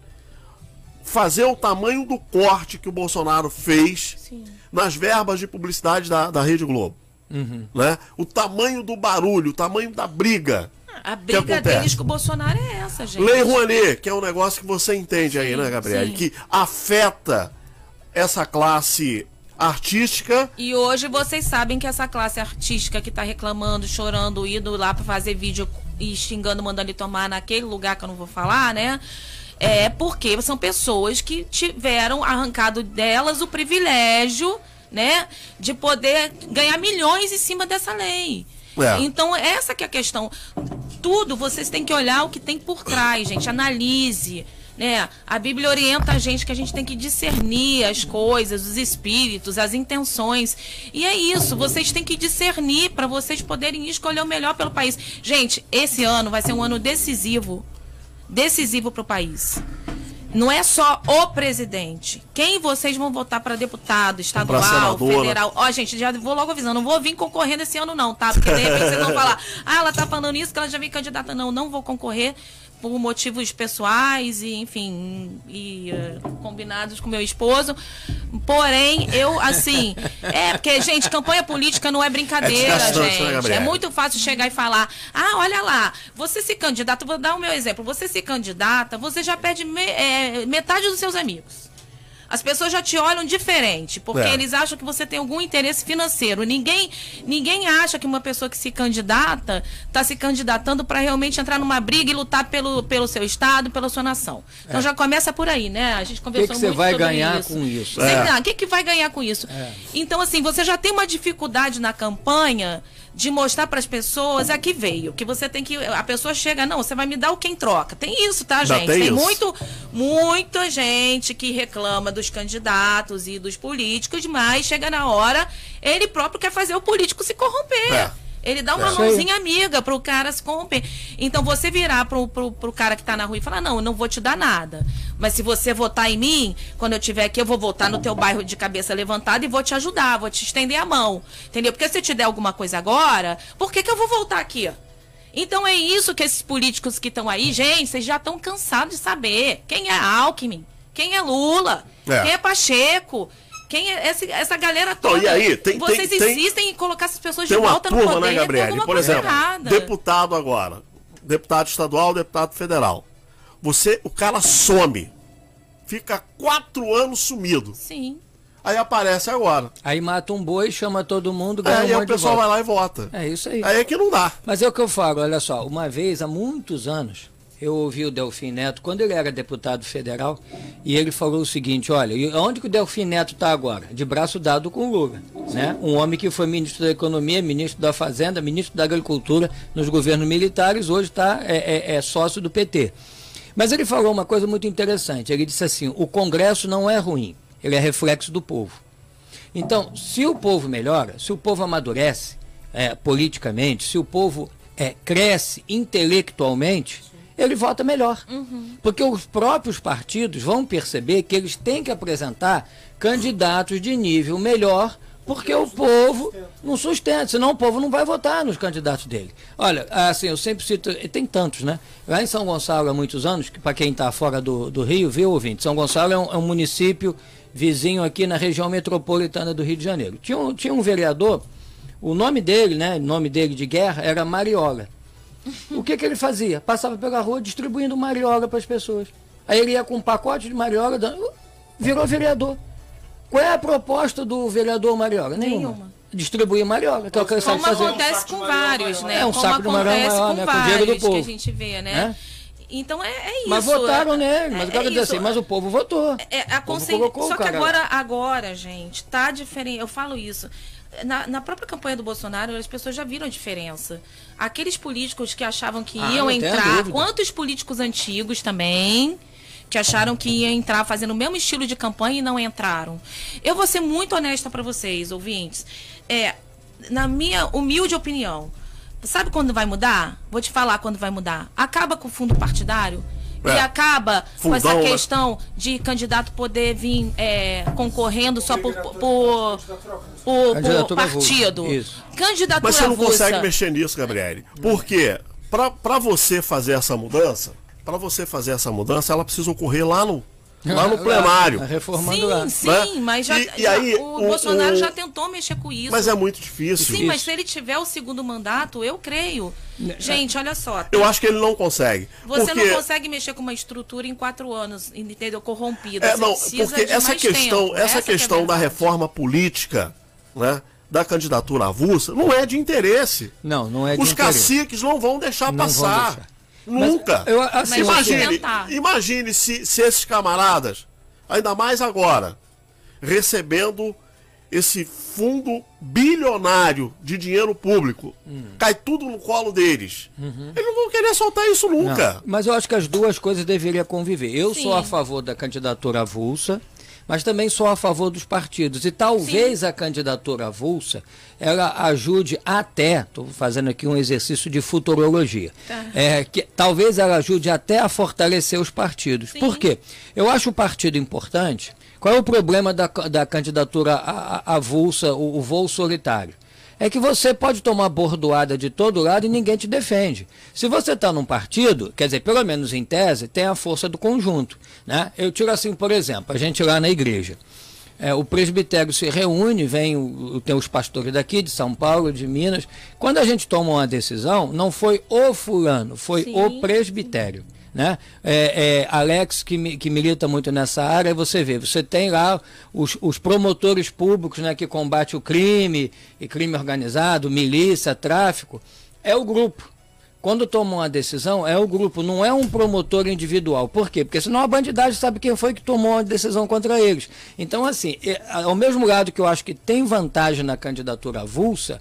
fazer o tamanho do corte que o Bolsonaro fez Sim. nas verbas de publicidade da, da Rede Globo. Uhum. Né? O tamanho do barulho, o tamanho da briga. A briga deles com o Bolsonaro é essa, gente. Lei Rouanet, que é um negócio que você entende aí, sim, né, Gabriele? Que afeta essa classe artística. E hoje vocês sabem que essa classe artística que tá reclamando, chorando, indo lá para fazer vídeo e xingando, mandando ele tomar naquele lugar que eu não vou falar, né? É porque são pessoas que tiveram arrancado delas o privilégio, né, de poder ganhar milhões em cima dessa lei. É. Então essa que é a questão. Tudo vocês têm que olhar o que tem por trás, gente. Analise. Né? A Bíblia orienta a gente que a gente tem que discernir as coisas, os espíritos, as intenções. E é isso, vocês têm que discernir para vocês poderem escolher o melhor pelo país. Gente, esse ano vai ser um ano decisivo. Decisivo para o país. Não é só o presidente. Quem vocês vão votar para deputado, estadual, federal? Ó, gente, já vou logo avisando, não vou vir concorrendo esse ano não, tá? Porque de repente vocês vão falar, ah, ela tá falando isso que ela já veio candidata. Não, não vou concorrer por motivos pessoais e, enfim, e uh, combinados com meu esposo. Porém, eu, assim, é porque, gente, campanha política não é brincadeira, é gente. Né, é muito fácil chegar e falar, ah, olha lá, você se candidata, vou dar o meu exemplo, você se candidata, você já perde me, é, metade dos seus amigos. As pessoas já te olham diferente, porque é. eles acham que você tem algum interesse financeiro. Ninguém, ninguém acha que uma pessoa que se candidata está se candidatando para realmente entrar numa briga e lutar pelo, pelo seu estado, pela sua nação. Então é. já começa por aí, né? A gente conversou muito sobre isso. O que você vai ganhar com isso? É. O que, que vai ganhar com isso? É. Então, assim, você já tem uma dificuldade na campanha de mostrar para as pessoas a que veio, que você tem que, a pessoa chega, não, você vai me dar o quem troca. Tem isso, tá, gente? Tem, tem muito, muita gente que reclama dos candidatos e dos políticos, mas chega na hora, ele próprio quer fazer o político se corromper. É. Ele dá uma é. mãozinha amiga pro cara se corromper. Então você virar pro, pro, pro cara que tá na rua e falar, não, eu não vou te dar nada. Mas se você votar em mim, quando eu estiver aqui, eu vou voltar no teu bairro de cabeça levantada e vou te ajudar, vou te estender a mão. Entendeu? Porque se eu te der alguma coisa agora, por que que eu vou voltar aqui? Então é isso que esses políticos que estão aí, gente, vocês já estão cansados de saber. Quem é Alckmin? Quem é Lula? É. Quem é Pacheco? Quem é essa, essa galera toda? Então, e aí, tem, vocês tem, insistem tem, em colocar essas pessoas de volta turma, no poder. Né, Gabriele? Por exemplo, errada. Deputado agora, deputado estadual, deputado federal. Você, o cara some, fica quatro anos sumido. Sim. Aí aparece agora. Aí mata um boi, chama todo mundo, ganha aí um o pessoal vai lá e vota. É isso aí. Aí é que não dá. Mas é o que eu falo, olha só, uma vez, há muitos anos, eu ouvi o Delfim Neto, quando ele era deputado federal, e ele falou o seguinte, olha, onde que o Delfim Neto está agora? De braço dado com o Lula, né? Um homem que foi ministro da Economia, ministro da Fazenda, ministro da Agricultura nos governos militares, hoje está é, é, é sócio do P T. Mas ele falou uma coisa muito interessante, ele disse assim, o Congresso não é ruim, ele é reflexo do povo. Então, se o povo melhora, se o povo amadurece é, politicamente, se o povo é, cresce intelectualmente, ele vota melhor. Uhum. Porque os próprios partidos vão perceber que eles têm que apresentar candidatos de nível melhor, porque o povo não sustenta, senão o povo não vai votar nos candidatos dele. Olha, assim, eu sempre cito, tem tantos, né? Lá em São Gonçalo há muitos anos, que para quem está fora do, do Rio, viu, ouvinte? São Gonçalo é um, é um município vizinho aqui na região metropolitana do Rio de Janeiro. Tinha um, tinha um vereador, o nome dele, né? O nome dele de guerra era Mariola. O que que ele fazia? Passava pela rua distribuindo mariola para as pessoas. Aí ele ia com um pacote de mariola, virou vereador. Qual é a proposta do vereador Mariola? Nenhuma. Nenhuma. Distribuir mariola. Que é o que ele sabe fazer. Como acontece com vários, né? É um Como saco de mariola maior, né? Com o dinheiro do povo. Que a gente vê, né? É? Então é, é isso. Mas votaram nele, mas é, eu quero é dizer assim, mas o povo votou. É, a consci... Só que agora, agora, gente, tá diferente. Eu falo isso. na, na própria campanha do Bolsonaro, as pessoas já viram a diferença. Aqueles políticos que achavam que Ah, iam não tenho entrar, dúvida. quantos políticos antigos também, que acharam que ia entrar fazendo o mesmo estilo de campanha e não entraram. Eu vou ser muito honesta para vocês, ouvintes. É, na minha humilde opinião, sabe quando vai mudar? Vou te falar quando vai mudar. Acaba com o fundo partidário. É. E acaba Fundão, com essa né? questão de candidato poder vir é, concorrendo só por, por, por, por Candidatura partido. avulsa. Isso. Candidatura Mas você não avulsa. consegue mexer nisso, Gabriele. Porque para você fazer essa mudança, para você fazer essa mudança, ela precisa ocorrer lá no, lá no plenário. Reformando lá. Sim, sim, Né? mas já, E- e já- aí, o, o- Bolsonaro o- já tentou mexer com isso. Mas é muito difícil. Sim, mas se ele tiver o segundo mandato, eu creio. Gente, olha só. Eu acho que ele não consegue. Você porque... não consegue mexer com uma estrutura em quatro anos, entendeu? Corrompida. É, Você não, precisa porque de essa mais questão, tempo. essa que é a questão da verdade. reforma política, né, da candidatura avulsa, não é de interesse. Não, não é de Os interesse. caciques não vão deixar Não vão passar. deixar. Nunca. Eu, assim, Mas eu acho- Imagine, tentar. imagine se, se esses camaradas, ainda mais agora, recebendo esse fundo bilionário de dinheiro público, cai tudo no colo deles. Eles não vão querer soltar isso nunca. Não, mas eu acho que as duas coisas deveriam conviver. Eu Sim. sou a favor da candidatura avulsa, mas também sou a favor dos partidos. E talvez a candidatura avulsa ela ajude até, estou fazendo aqui um exercício de futurologia, Tá. é, que talvez ela ajude até a fortalecer os partidos. Sim. Por quê? Eu acho o partido importante. Qual é o problema da, da candidatura a- a- avulsa, o, o voo solitário? É que você pode tomar bordoada de todo lado e ninguém te defende. Se você está num partido, quer dizer, pelo menos em tese, tem a força do conjunto. Né? Eu tiro assim, por exemplo, a gente lá na igreja. É, o presbitério se reúne, vem o, o- tem os pastores daqui, de São Paulo, de Minas. Quando a gente toma uma decisão, não foi o fulano, foi Sim. o presbitério. Né? É, é, Alex, que, mi- que milita muito nessa área, você vê, você tem lá os, os promotores públicos, né, que combatem o crime, e crime organizado, milícia, tráfico, é o grupo. Quando tomam uma decisão, é o grupo, não é um promotor individual. Por quê? Porque senão a bandidagem sabe quem foi que tomou a decisão contra eles. Então, assim, é, ao mesmo lado que eu acho que tem vantagem na candidatura avulsa,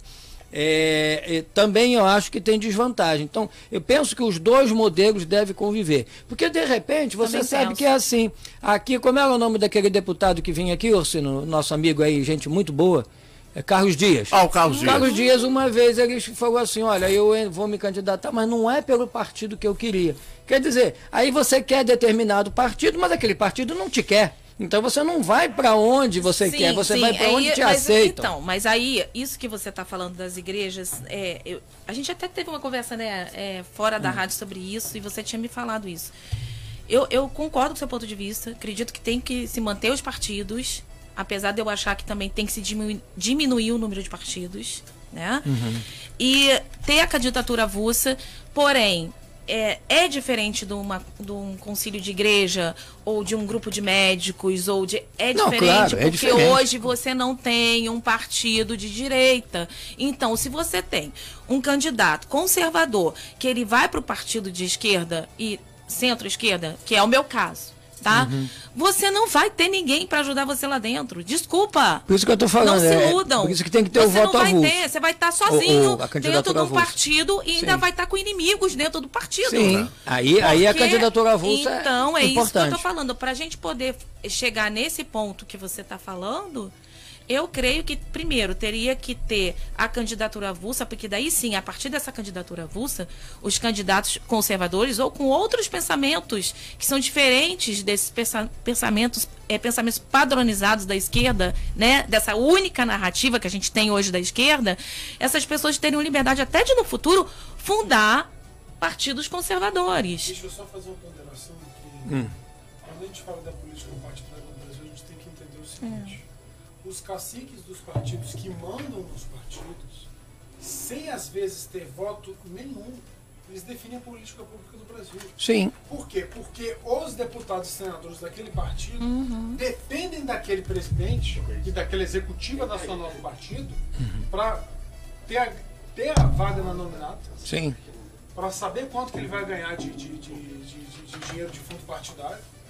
é, é, também eu acho que tem desvantagem. Então, eu penso que os dois modelos devem conviver. Porque, de repente, você Também sabe penso. que é assim. Aqui, como era o nome daquele deputado que vinha aqui, Orsino, nosso amigo aí, gente muito boa, é Carlos Dias. Ah, o Carlos Dias. Carlos Dias, uma vez, ele falou assim, olha, eu en- vou me candidatar, mas não é pelo partido que eu queria. Quer dizer, aí você quer determinado partido, mas aquele partido não te quer. Então você não vai para onde você Sim, quer, você sim. vai para Aí, onde te mas, aceitam. Então, mas aí, isso que você está falando das igrejas, é, eu- a gente até teve uma conversa, né, é, fora Hum. da rádio sobre isso, e você tinha me falado isso. Eu, eu concordo com o seu ponto de vista, acredito que tem que se manter os partidos, apesar de eu achar que também tem que se diminuir, diminuir o número de partidos, né? Uhum. E ter a candidatura avulsa, porém, é, é diferente de, uma, de um concílio de igreja, ou de um grupo de médicos, ou de. É Não, diferente, claro, é porque diferente. hoje você não tem um partido de direita. Então, se você tem um candidato conservador que ele vai para o partido de esquerda e centro-esquerda, que é o meu caso, tá? Uhum. Você não vai ter ninguém para ajudar você lá dentro. Desculpa. Por isso que eu tô falando. Não se é- iludam. Por isso que tem que ter você o voto não vai avulso. ter, você vai estar sozinho O- o- a candidatura dentro do avulsa. partido e ainda Sim. vai estar com inimigos dentro do partido. Sim, aí, aí a Porque, candidatura avulsa então, é, é isso que eu importante. tô falando. Pra gente poder chegar nesse ponto que você tá falando, eu creio que, primeiro, teria que ter a candidatura avulsa, porque daí sim, a partir dessa candidatura avulsa, os candidatos conservadores ou com outros pensamentos que são diferentes desses pensa- pensamentos, é, pensamentos padronizados da esquerda, né? Dessa única narrativa que a gente tem hoje da esquerda, essas pessoas teriam liberdade até de, no futuro, fundar partidos conservadores. Deixa eu só fazer uma ponderação que quando a gente fala da política partidária no Brasil, a gente tem que entender o seguinte. Os caciques dos partidos que mandam nos partidos, sem às vezes ter voto nenhum, eles definem a política pública do Brasil. Sim. Por quê? Porque os deputados e senadores daquele partido dependem daquele presidente e daquela executiva nacional do partido para ter a, ter a vaga na nominata, Sim. para saber quanto que ele vai ganhar de, de, de, de, de- de dinheiro de fundo partidário.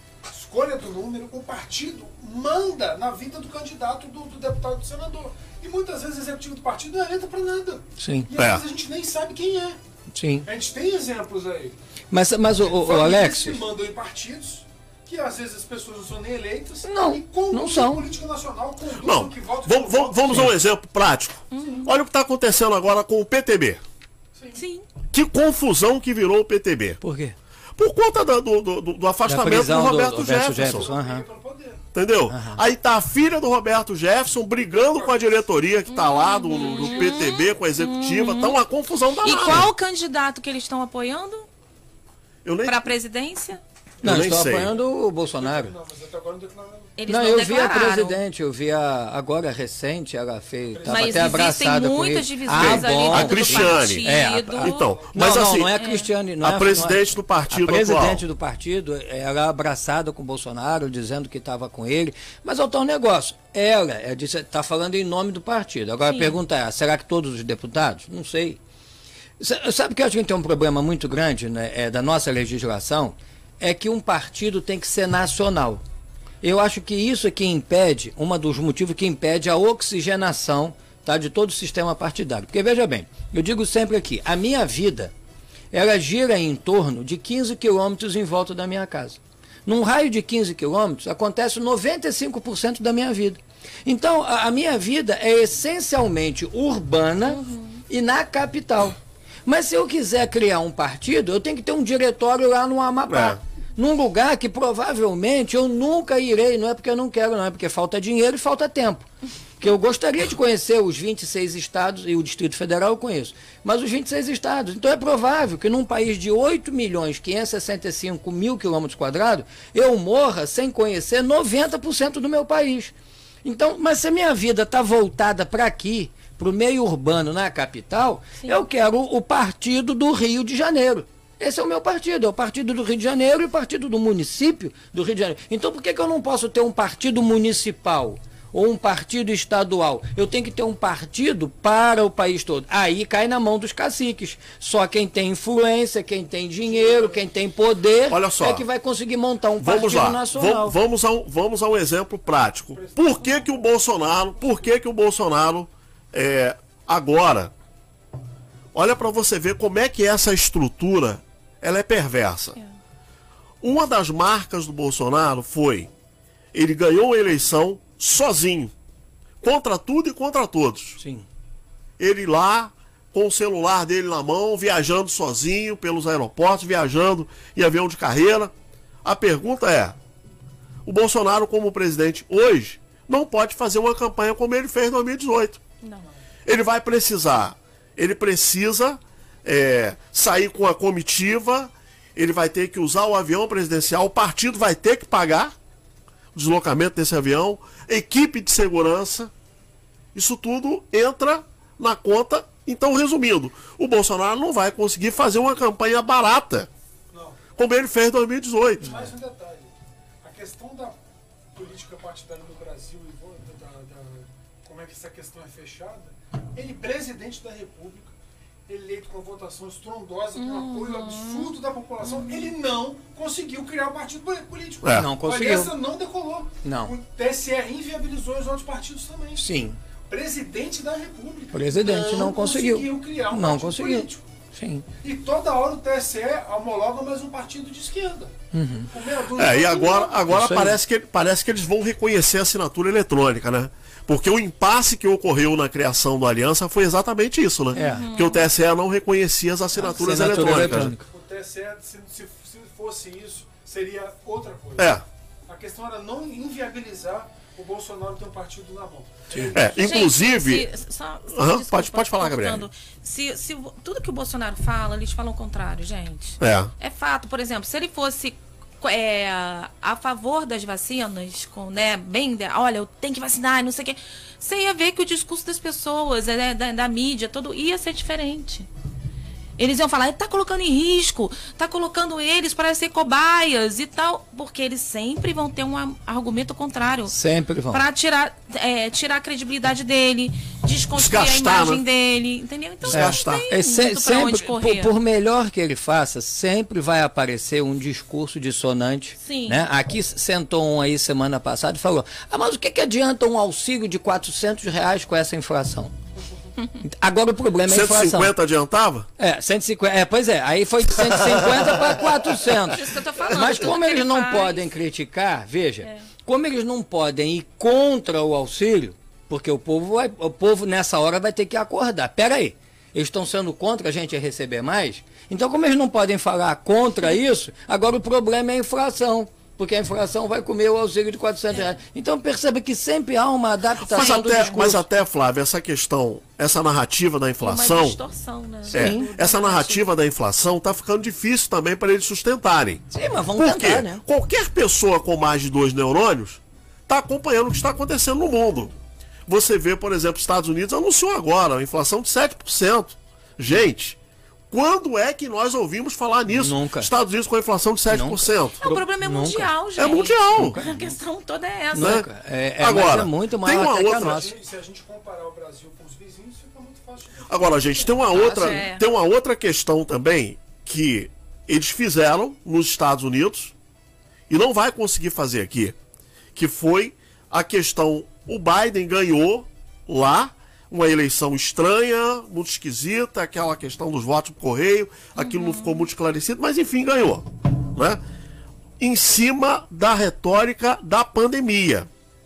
escolha do número, o partido manda na vida do candidato, do, do deputado, do senador. E muitas vezes o executivo do partido não é eleito para nada. Sim. E às É. vezes a gente nem sabe quem é. Sim. A gente tem exemplos aí. Mas, mas o, o, o Famílias Alex... que mandam em partidos, que às vezes as pessoas não são nem eleitas, Não, e conduzem não são. a política nacional, conduzem Não, o que vota, vamos, o que não vamos, vamos a um exemplo prático. Olha o que está acontecendo agora com o P T B. Sim. Que confusão que virou o P T B. Por quê? Por conta do, do, do, do Da afastamento do prisão do Roberto Roberto Jefferson. Jefferson. Aham. pelo poder. Entendeu? Aí tá a filha do Roberto Jefferson brigando com a diretoria que tá lá do, do P T B, com a executiva. Tá uma confusão E danada. qual o candidato que eles estão apoiando Eu nem, para a presidência? Não, nem estou sei. apoiando o Bolsonaro. Não, mas até agora não declararam. Eles Não, não, eu vi a declararam. presidente, eu vi a agora recente, ela fez, estava Mas até existem abraçada com muitas ele. divisões Ah, ali bom. dentro A do Cristiane. É, a- partido. Então, Não, mas não, assim, não é a Cristiane, não a é presidente do partido A presidente atual. do partido, ela abraçada com o Bolsonaro, dizendo que estava com ele. Mas é o tal negócio. Ela está falando em nome do partido. Agora a Sim. pergunta é, será que todos os deputados? Não sei. S- Sabe que eu acho que tem um problema muito grande, né, é, da nossa legislação? É que um partido tem que ser nacional. Eu acho que isso é que impede, um dos motivos que impede a oxigenação, tá, de todo o sistema partidário. Porque veja bem, eu digo sempre aqui, a minha vida, ela gira em torno de quinze quilômetros em volta da minha casa. Num raio de quinze quilômetros, acontece noventa e cinco por cento da minha vida. Então, a, a minha vida é essencialmente urbana e na capital. Mas se eu quiser criar um partido, eu tenho que ter um diretório lá no Amapá. É. Num lugar que provavelmente eu nunca irei, não é porque eu não quero, não é porque falta dinheiro e falta tempo. Porque eu gostaria de conhecer os vinte e seis estados, e o Distrito Federal eu conheço, mas os vinte e seis estados. Então é provável que num país de oito milhões quinhentos e sessenta e cinco mil quilômetros quadrados, eu morra sem conhecer noventa por cento do meu país. Então, mas se a minha vida está voltada para aqui, para o meio urbano, na capital, Sim. eu quero o partido do Rio de Janeiro. Esse é o meu partido, é o partido do Rio de Janeiro e o partido do município do Rio de Janeiro. Então por que, que eu não posso ter um partido municipal ou um partido estadual? Eu tenho que ter um partido para o país todo. Aí cai na mão dos caciques. Só quem tem influência, quem tem dinheiro, quem tem poder, Olha só. é que vai conseguir montar um Vamos partido lá, nacional. Vam- vamos a, um, vamos a um exemplo prático. Por que que o Bolsonaro, por que que o Bolsonaro é, agora, olha para você ver como é que essa estrutura, ela é perversa. É. Uma das marcas do Bolsonaro foi, ele ganhou a eleição sozinho, contra tudo e contra todos. Sim. Ele lá, com o celular dele na mão, viajando sozinho pelos aeroportos, viajando em avião de carreira. A pergunta é, o Bolsonaro como presidente hoje não pode fazer uma campanha como ele fez em dois mil e dezoito. Não. Ele vai precisar, ele precisa é, sair com a comitiva, ele vai ter que usar o avião presidencial, o partido vai ter que pagar o deslocamento desse avião, equipe de segurança, isso tudo entra na conta. Então, resumindo, o Bolsonaro não vai conseguir fazer uma campanha barata, Não. como ele fez em dois mil e dezoito. Mais um detalhe. A questão da política partidária no Brasil e vo- da, da- como é que essa questão é fechada, ele, presidente da República, eleito com votação estrondosa, com um apoio absurdo da população, ele não conseguiu criar um partido po- político. É. Não A conseguiu. aliança não decolou. Não. O T S E inviabilizou os outros partidos também. Sim. Presidente da República. Presidente não conseguiu. criar um Não partido conseguiu. político. Sim. E toda hora o T S E homologa mais um partido de esquerda. Com meia dúzia É, de e agora, votos. agora Isso aí. parece, que, parece que eles vão reconhecer a assinatura eletrônica, né? Porque o impasse que ocorreu na criação do Aliança foi exatamente isso, né? É. Porque o T S E não reconhecia as assinaturas Assinatura eletrônicas. eletrônica. O T S E, se, se, se fosse isso, seria outra coisa. É. A questão era não inviabilizar o Bolsonaro ter um partido na mão. É, inclusive. Gente, se- só- só- Aham, desculpa, pode- pode falar, Gabriela. cortando. Se, se o- tudo que o Bolsonaro fala, eles falam o contrário, gente. É. É fato, por exemplo, se ele fosse é, a favor das vacinas, com, né, bem, de- olha, eu tenho que vacinar, não sei o quê, você ia ver que o discurso das pessoas, né, da, da mídia, todo ia ser diferente. Eles iam falar, tá colocando em risco, tá colocando eles para ser cobaias e tal, porque eles sempre vão ter um argumento contrário. Sempre vão. Para tirar, é, tirar a credibilidade dele, desconstruir Desgastar, a imagem né? dele, entendeu? Então Desgastar. não tem É, se, muito pra onde sempre, correr. por, por melhor que ele faça, sempre vai aparecer um discurso dissonante. Sim. Né? Aqui sentou um aí semana passada e falou, ah, mas o que, que adianta um auxílio de quatrocentos reais com essa inflação? Agora o problema é a inflação. cento e cinquenta adiantava? É, cento e cinquenta, é, pois é, aí foi de cento e cinquenta para quatrocentos. Isso que eu tô falando, Mas tudo como que eles ele não faz. podem criticar, veja, É. como eles não podem ir contra o auxílio, porque o povo, vai, o povo nessa hora vai ter que acordar. Pera aí, eles estão sendo contra a gente receber mais? Então como eles não podem falar contra isso, agora o problema é a inflação. Porque a inflação vai comer o auxílio de quatrocentos reais. Então perceba que sempre há uma adaptação Mas do até, discurso. mas até, Flávio, essa questão, essa narrativa da Uma inflação, distorção, né? é, Do- essa da narrativa da inflação tá ficando difícil também para eles sustentarem. Sim, mas vamos Por tentar, quê? né? Qualquer pessoa com mais de dois neurônios está acompanhando o que está acontecendo no mundo. Você vê, por exemplo, os Estados Unidos anunciou agora uma inflação de sete por cento. Gente, quando é que nós ouvimos falar nisso? Nunca. Estados Unidos com a inflação de sete por cento. É, o problema é Nunca. mundial, gente. É mundial. A questão toda é essa. Né? Nunca. É, é, Agora, mas é muito tem maior uma até que a outra- nossa. Se a gente comparar o Brasil com os vizinhos, fica muito fácil. de- Agora, gente, tem uma outra, é. tem uma outra questão também que eles fizeram nos Estados Unidos e não vai conseguir fazer aqui, que foi a questão, o Biden ganhou lá uma eleição estranha, muito esquisita, aquela questão dos votos por correio, aquilo não ficou muito esclarecido, mas enfim, ganhou, né? Em cima da retórica da pandemia.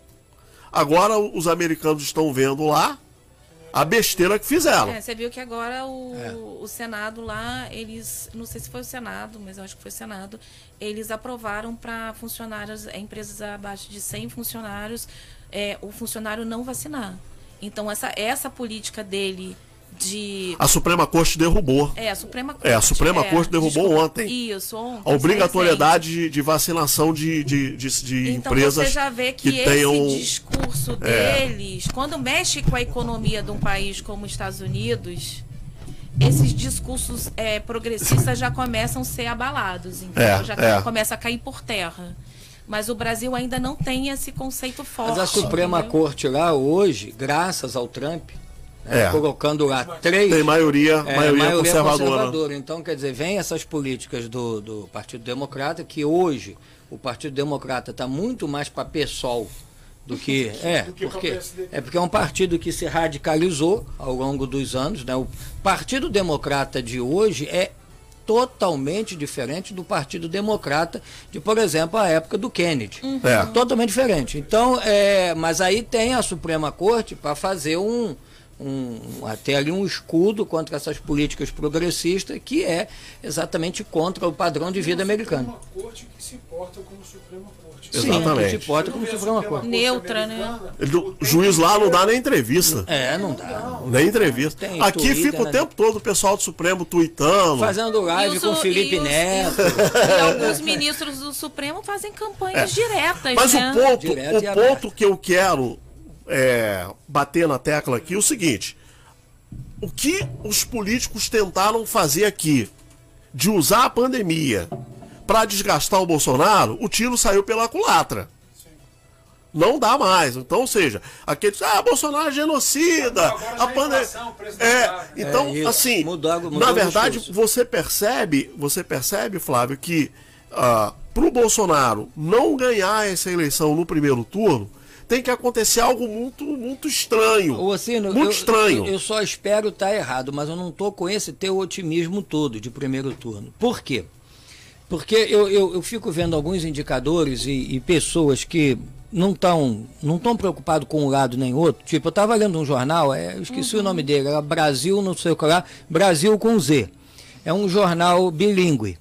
Agora os americanos estão vendo lá a besteira que fizeram. É, você viu que agora o, o Senado lá, eles, não sei se foi o Senado, mas eu acho que foi o Senado, eles aprovaram para funcionários, é, empresas abaixo de cem funcionários, é, o funcionário não vacinar. Então essa, essa política dele de... A Suprema Corte derrubou É, a Suprema Corte. É, a Suprema Corte derrubou ontem Isso, ontem. a obrigatoriedade de, de vacinação de, de, de, de Então empresas você já vê que, que esse tenham... discurso É. deles, quando mexe com a economia de um país como os Estados Unidos, esses discursos é, progressistas já começam a ser abalados, então É, já é. começa a cair por terra. Mas o Brasil ainda não tem esse conceito forte. Mas a Suprema entendeu? Corte lá hoje, graças ao Trump, né, É. colocando lá três... Tem maioria, É, maioria, conservadora. Então, quer dizer, vem essas políticas do, do Partido Democrata, que hoje o Partido Democrata está muito mais para PSOL do que... É, do que pra porque, P S D B. é porque é um partido que se radicalizou ao longo dos anos. Né? O Partido Democrata de hoje é totalmente diferente do Partido Democrata de, por exemplo, a época do Kennedy. É. Totalmente diferente. Então, é, mas aí tem a Suprema Corte para fazer um, um até ali um escudo contra essas políticas progressistas, que é exatamente contra o padrão de vida americano. Uma corte que se porta como Suprema Corte. Sim, Exatamente. que se porta como Suprema Corte. Neutra, né? Ele- o juiz lá não dá nem entrevista. É, não dá. Nem entrevista. Tem Aqui Twitter, fica o né? tempo todo o pessoal do Supremo tweetando. Fazendo live E os- com o Felipe e os- Neto. E alguns ministros do Supremo fazem campanhas diretas, Mas né? o ponto, Direto e o aberto. ponto que eu quero é, bater na tecla aqui é o seguinte: o que os políticos tentaram fazer aqui de usar a pandemia para desgastar o Bolsonaro, o tiro saiu pela culatra. Não dá mais. Então, ou seja, aqueles, ah, Bolsonaro é genocida, Agora já a é pandemia. inflação, o preço da É, carne. então, É isso. assim, Mudou- mudou na o verdade, discurso. você percebe, você percebe, Flávio, que ah, pro Bolsonaro não ganhar essa eleição no primeiro turno, tem que acontecer algo muito, muito estranho. Ô, Ossino, muito eu, estranho. Eu, eu só espero estar errado, mas eu não estou com esse teu otimismo todo de primeiro turno. Por quê? Porque eu, eu, eu fico vendo alguns indicadores e, e pessoas que não estão não tão preocupados com um lado nem outro. Tipo, eu estava lendo um jornal, é, eu esqueci o nome dele, era Brasil, não sei o que lá, Brasil com Z. É um jornal bilíngue.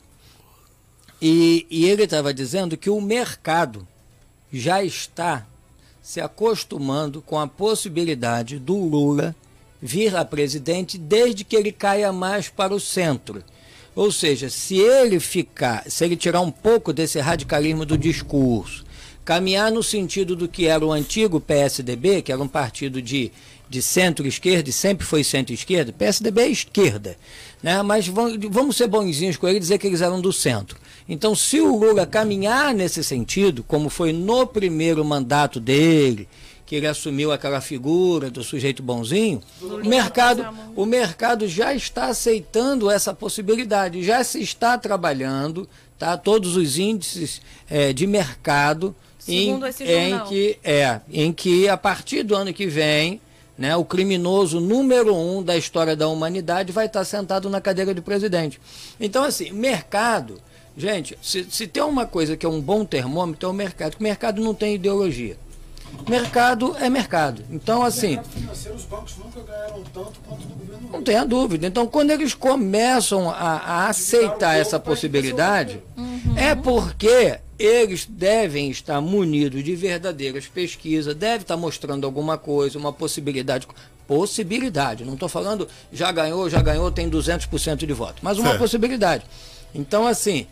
E, e ele estava dizendo que o mercado já está se acostumando com a possibilidade do Lula vir a presidente desde que ele caia mais para o centro. Ou seja, se ele ficar, se ele tirar um pouco desse radicalismo do discurso, caminhar no sentido do que era o antigo P S D B, que era um partido de, de centro-esquerda, e sempre foi centro-esquerda, P S D B é esquerda, né? Mas vamos ser bonzinhos com ele e dizer que eles eram do centro. Então, se o Lula caminhar nesse sentido, como foi no primeiro mandato dele, que ele assumiu aquela figura do sujeito bonzinho, o mercado, o mercado já está aceitando essa possibilidade, já se está trabalhando, tá? Todos os índices é, de mercado em, em, que, é, em que, a partir do ano que vem, né, o criminoso número um da história da humanidade vai estar sentado na cadeira de presidente. Então, assim, mercado, gente, se, se tem uma coisa que é um bom termômetro, é o mercado, que o mercado não tem ideologia. Mercado é mercado. Então, assim, os bancos nunca ganharam tanto quanto no governo. Não tenha dúvida. Então, quando eles começam a, a aceitar essa possibilidade, uhum. é porque eles devem estar munidos de verdadeiras pesquisas, devem estar mostrando alguma coisa, uma possibilidade. Possibilidade. Não estou falando já ganhou, já ganhou, tem duzentos por cento de voto. Mas uma é. possibilidade. Então, assim,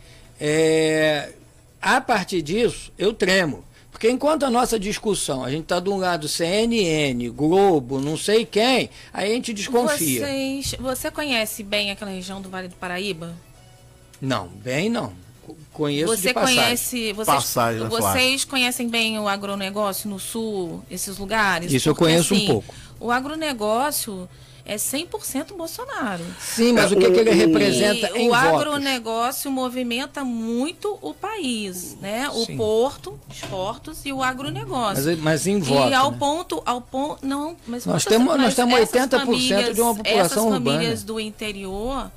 é, a partir disso, eu tremo. Porque enquanto a nossa discussão, a gente está de um lado C N N, Globo, não sei quem, aí a gente desconfia. Vocês, você conhece bem aquela região do Vale do Paraíba? Não, bem não. Conheço você de passagem. Conhece, vocês, passagem, vocês conhecem bem o agronegócio no sul, esses lugares? Isso porque, eu conheço assim, um pouco. O agronegócio é cem por cento Bolsonaro. Sim, mas é, o que, o, que ele representa em o votos? O agronegócio movimenta muito o país, né? O Sim. porto, os portos e o agronegócio. Mas, mas em votos, E ao né? ponto, ao ponto, não, mas nós temos, nós temos oitenta por cento de uma população essas urbana. Essas famílias do interior,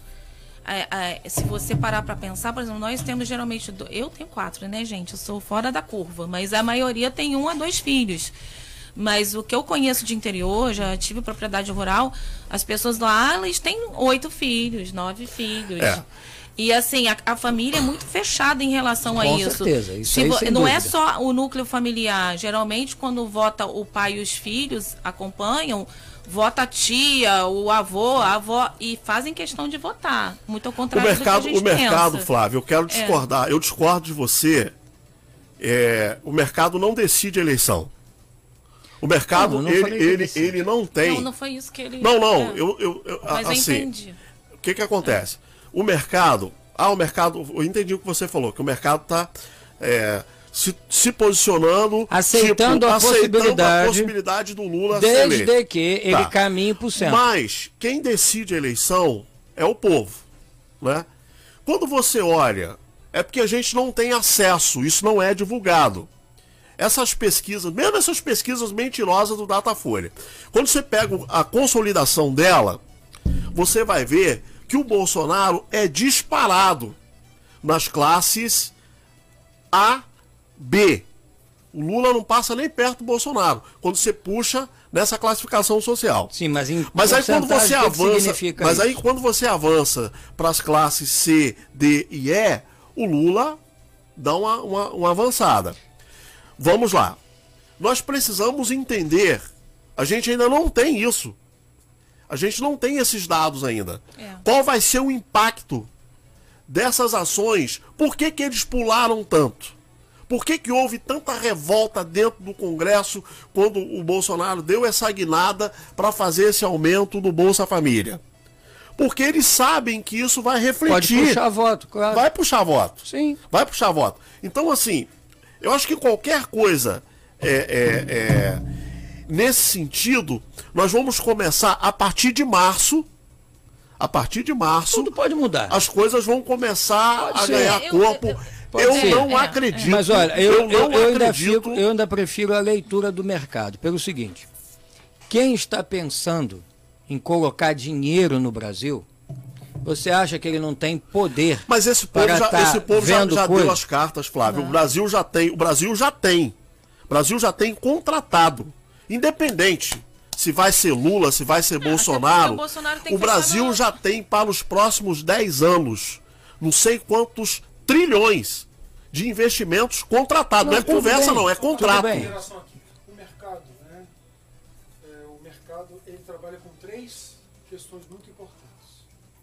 é, é, se você parar para pensar, por exemplo, nós temos geralmente, do, eu tenho quatro, né, gente? Eu sou fora da curva, mas a maioria tem um a dois filhos. Mas o que eu conheço de interior, já tive propriedade rural, as pessoas lá, elas têm oito filhos, nove filhos. É. E assim, a, a família é muito fechada em relação a Com isso. certeza, isso Se aí, vo, sem não dúvida. é só o núcleo familiar. Geralmente, quando vota o pai e os filhos acompanham, vota a tia, o avô, a avó, e fazem questão de votar. Muito ao contrário o mercado, do que a gente O mercado, pensa. Flávio, eu quero discordar. É. Eu discordo de você. É, o mercado não decide a eleição. O mercado, não, ele, ele, ele não tem... Não, não foi isso que ele... Não, não, é. eu, eu, eu, Mas assim, eu entendi. O que que acontece? É. O mercado... Ah, o mercado... Eu entendi o que você falou, que o mercado está é, se, se posicionando... Aceitando, tipo, a, aceitando possibilidade, a possibilidade do Lula desde ser eleito. que ele tá. caminhe para o centro. Mas quem decide a eleição é o povo, né? Quando você olha... É porque a gente não tem acesso, isso não é divulgado. Essas pesquisas, mesmo essas pesquisas mentirosas do Datafolha, quando você pega a consolidação dela, você vai ver que o Bolsonaro é disparado nas classes A, B. O Lula não passa nem perto do Bolsonaro, quando você puxa nessa classificação social. Sim, mas em mas aí quando você avança, mas isso? aí quando você avança para as classes C, D e E, o Lula dá uma, uma, uma avançada. Vamos lá. Nós precisamos entender. A gente ainda não tem isso. A gente não tem esses dados ainda. É. Qual vai ser o impacto dessas ações? Por que que eles pularam tanto? Por que que houve tanta revolta dentro do Congresso quando o Bolsonaro deu essa guinada para fazer esse aumento do Bolsa Família? Porque eles sabem que isso vai refletir. Pode puxar voto, claro. Vai puxar voto. Sim. Vai puxar voto. Então, assim... Eu acho que qualquer coisa é, é, é, nesse sentido, nós vamos começar a partir de março. A partir de março. Tudo pode mudar. As coisas vão começar pode a ser. ganhar eu, corpo. Eu, eu, eu, eu não é, acredito. Mas olha, eu, eu, eu, não eu, ainda acredito. fico, eu ainda prefiro a leitura do mercado. Pelo seguinte: quem está pensando em colocar dinheiro no Brasil, você acha que ele não tem poder? Mas esse povo já, tá esse povo já, já deu as coisa? cartas, Flávio. Não. O Brasil já tem, o Brasil já tem. O Brasil já tem contratado. Independente se vai ser Lula, se vai ser não, Bolsonaro. O, Bolsonaro tem o Brasil no... já tem para os próximos dez anos não sei quantos trilhões de investimentos contratados. Não, não é conversa, bem, não, é contrato. O mercado, né? É, o mercado ele trabalha com três questões muito importantes.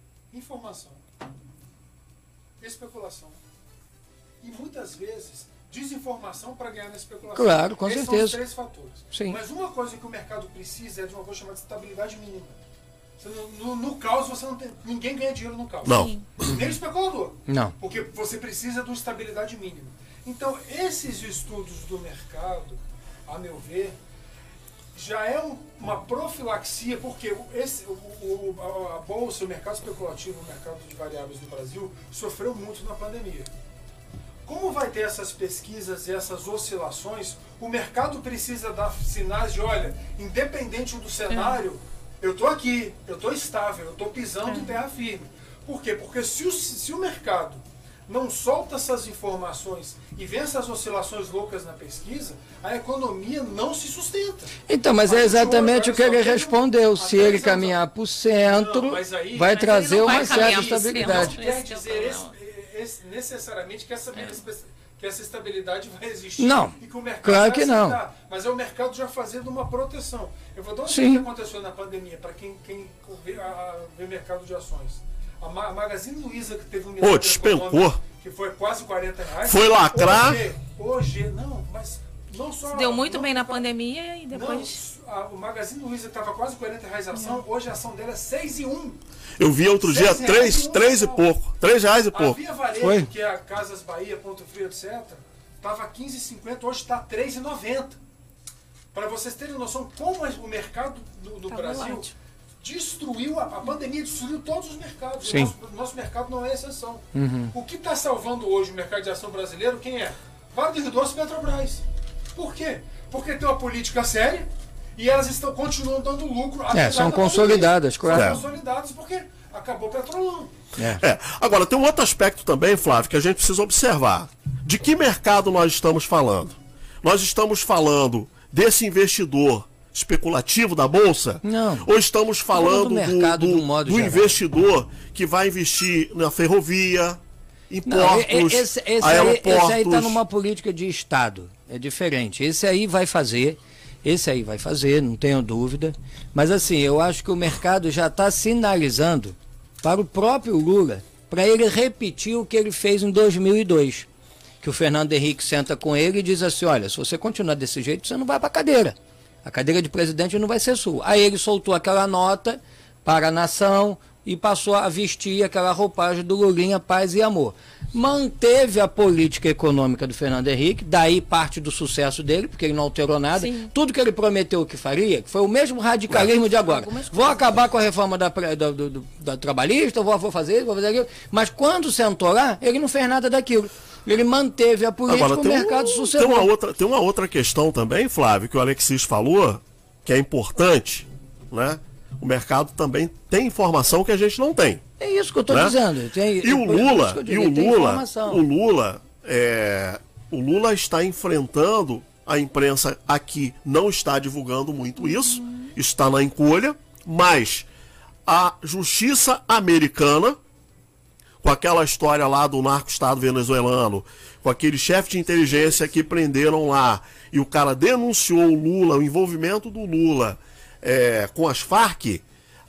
Informação, especulação e muitas vezes desinformação para ganhar na especulação. Claro, com Esses certeza. são os três fatores. Sim. Mas uma coisa que o mercado precisa é de uma coisa chamada estabilidade mínima. Você não- no, no caos, você não tem, ninguém ganha dinheiro no caos. Não. Sim. Nem o especulador. Não. Porque você precisa de uma estabilidade mínima. Então, esses estudos do mercado, a meu ver, já é um- uma profilaxia, porque o- esse, o, o- a, a bolsa, o mercado especulativo, o mercado de variáveis do Brasil, sofreu muito na pandemia. Como vai ter essas pesquisas e essas oscilações, o mercado precisa dar sinais de, olha, independente do cenário, eu estou aqui, eu estou estável, eu estou pisando em terra firme. Por quê? Porque se o, se o mercado não solta essas informações e vê essas oscilações loucas na pesquisa, a economia não se sustenta. Então, mas A é gente exatamente olha, o que ele só tem um- respondeu. há Se dez ele anos caminhar para o centro, Não, mas aí- vai mas trazer ele não vai uma certa caminhar pro estabilidade. centro. Quer Esse que é o dizer esse- problema. esse- necessariamente que essa, que essa estabilidade vai existir. Não, E que o mercado claro vai que não. aceitar. Mas é o mercado já fazendo uma proteção. Eu vou dar um Sim. exemplo que aconteceu na pandemia, para quem, quem vê, a, a, vê mercado de ações. A, Ma- a Magazine Luiza, que teve um milagre despencou. econômico, que foi quase quarenta reais. Foi lacrar. Hoje, hoje, não, mas não só... Deu muito não, bem na pandemia e depois. Não, a, o Magazine Luiza, que estava quase quarenta reais a ação, hoje a ação dela é seis e um. Eu vi outro dia Seis reais três, e um três e real. pouco. Três reais e A pouco. Via Varejo, Foi. que é a Casas Bahia, Ponto Frio, etcétera, estava quinze e cinquenta, hoje está três e noventa. Para vocês terem noção como o mercado do, do Tá Brasil volátil. destruiu, a, a pandemia destruiu todos os mercados. Sim. O nosso, o nosso mercado não é exceção. Uhum. O que está salvando hoje o mercado de ação brasileiro, quem é? Vale do Rio Doce e Petrobras. Por quê? Porque tem uma política séria e elas estão, continuam dando lucro. É, apesar são da pandemia. consolidadas, claro. São consolidadas porque acabou o petrolão. É. Agora, tem um outro aspecto também, Flávio, que a gente precisa observar. De que mercado nós estamos falando? Nós estamos falando desse investidor especulativo da Bolsa? Não. Ou estamos falando do mercado do, de um modo do geral. investidor que vai investir na ferrovia, em Não, portos, e- e- esse, esse aí, aeroportos? esse aí está numa política de Estado. É diferente. Esse aí vai fazer. Esse aí vai fazer, não tenho dúvida. Mas assim, eu acho que o mercado já está sinalizando para o próprio Lula, para ele repetir o que ele fez em dois mil e dois. Que o Fernando Henrique senta com ele e diz assim, olha, se você continuar desse jeito, você não vai para a cadeira. A cadeira de presidente não vai ser sua. Aí ele soltou aquela nota para a nação e passou a vestir aquela roupagem do Lulinha, paz e amor. Manteve a política econômica do Fernando Henrique, daí parte do sucesso dele, porque ele não alterou nada. Sim. Tudo que ele prometeu que faria, que foi o mesmo radicalismo de agora. Algumas Vou coisas. acabar com a reforma da, pre- da, do- do- da trabalhista, vou, vou fazer isso, vou fazer aquilo. Mas quando sentou lá, ele não fez nada daquilo. Ele manteve a política, Agora, o tem, mercado um, tem, sossegou. uma outra, tem uma outra questão também, Flávio, que o Alexis falou, que é importante, né? O mercado também tem informação que a gente não tem. É isso que eu estou né? dizendo. Tem, E o por isso Lula, que eu e digo, o tem Lula, informação. o Lula, é, o Lula está enfrentando, a imprensa aqui não está divulgando muito isso, está na encolha, mas a justiça americana, com aquela história lá do narco-estado venezuelano, com aquele chefe de inteligência que prenderam lá, e o cara denunciou o Lula, o envolvimento do Lula é, com as Farc,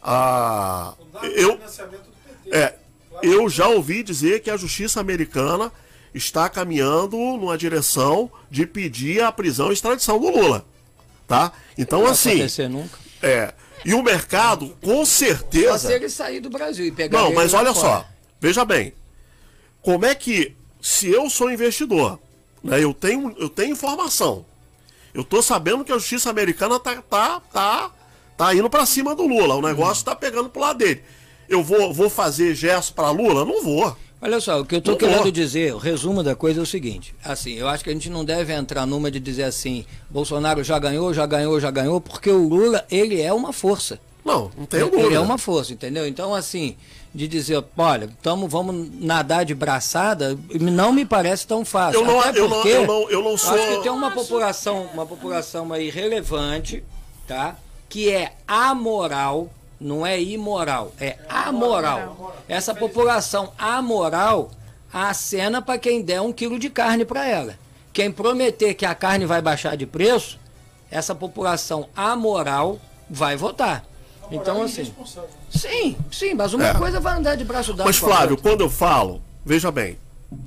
a, O eu, financiamento do P T. é, eu já ouvi dizer que a justiça americana está caminhando numa direção de pedir a prisão e extradição do Lula. Tá? Então, Não vai assim. acontecer nunca. É, e o mercado, com Só se certeza. ele sair do Brasil e pegar Não, ele mas lá olha fora. só. Veja bem. Como é que, se eu sou investidor, né, eu, tenho, eu tenho informação. Eu tô sabendo que a justiça americana tá, tá, tá, tá indo para cima do Lula. O negócio tá pegando pro lado dele. Eu vou, vou fazer gesto para Lula? Não vou. Olha só, o que eu estou Não querendo vou. dizer, o resumo da coisa é o seguinte, assim, eu acho que a gente não deve entrar numa de dizer assim, Bolsonaro já ganhou, já ganhou, já ganhou, porque o Lula, ele é uma força. Não, não tenho Ele dúvida. é uma força, entendeu? Então, assim, de dizer, olha, tamo, vamos nadar de braçada, não me parece tão fácil. Eu não- Até eu não- porque eu não- eu não sou- acho que tem uma população, uma população aí relevante, tá? Que é amoral, não é imoral, é amoral. Essa população amoral acena para quem der um quilo de carne para ela. Quem prometer que a carne vai baixar de preço, essa população amoral vai votar. Então, assim, Irresponsável. sim, sim, mas uma É. coisa vai andar de braço dado Mas, com a Flávio, outra. quando eu falo, veja bem,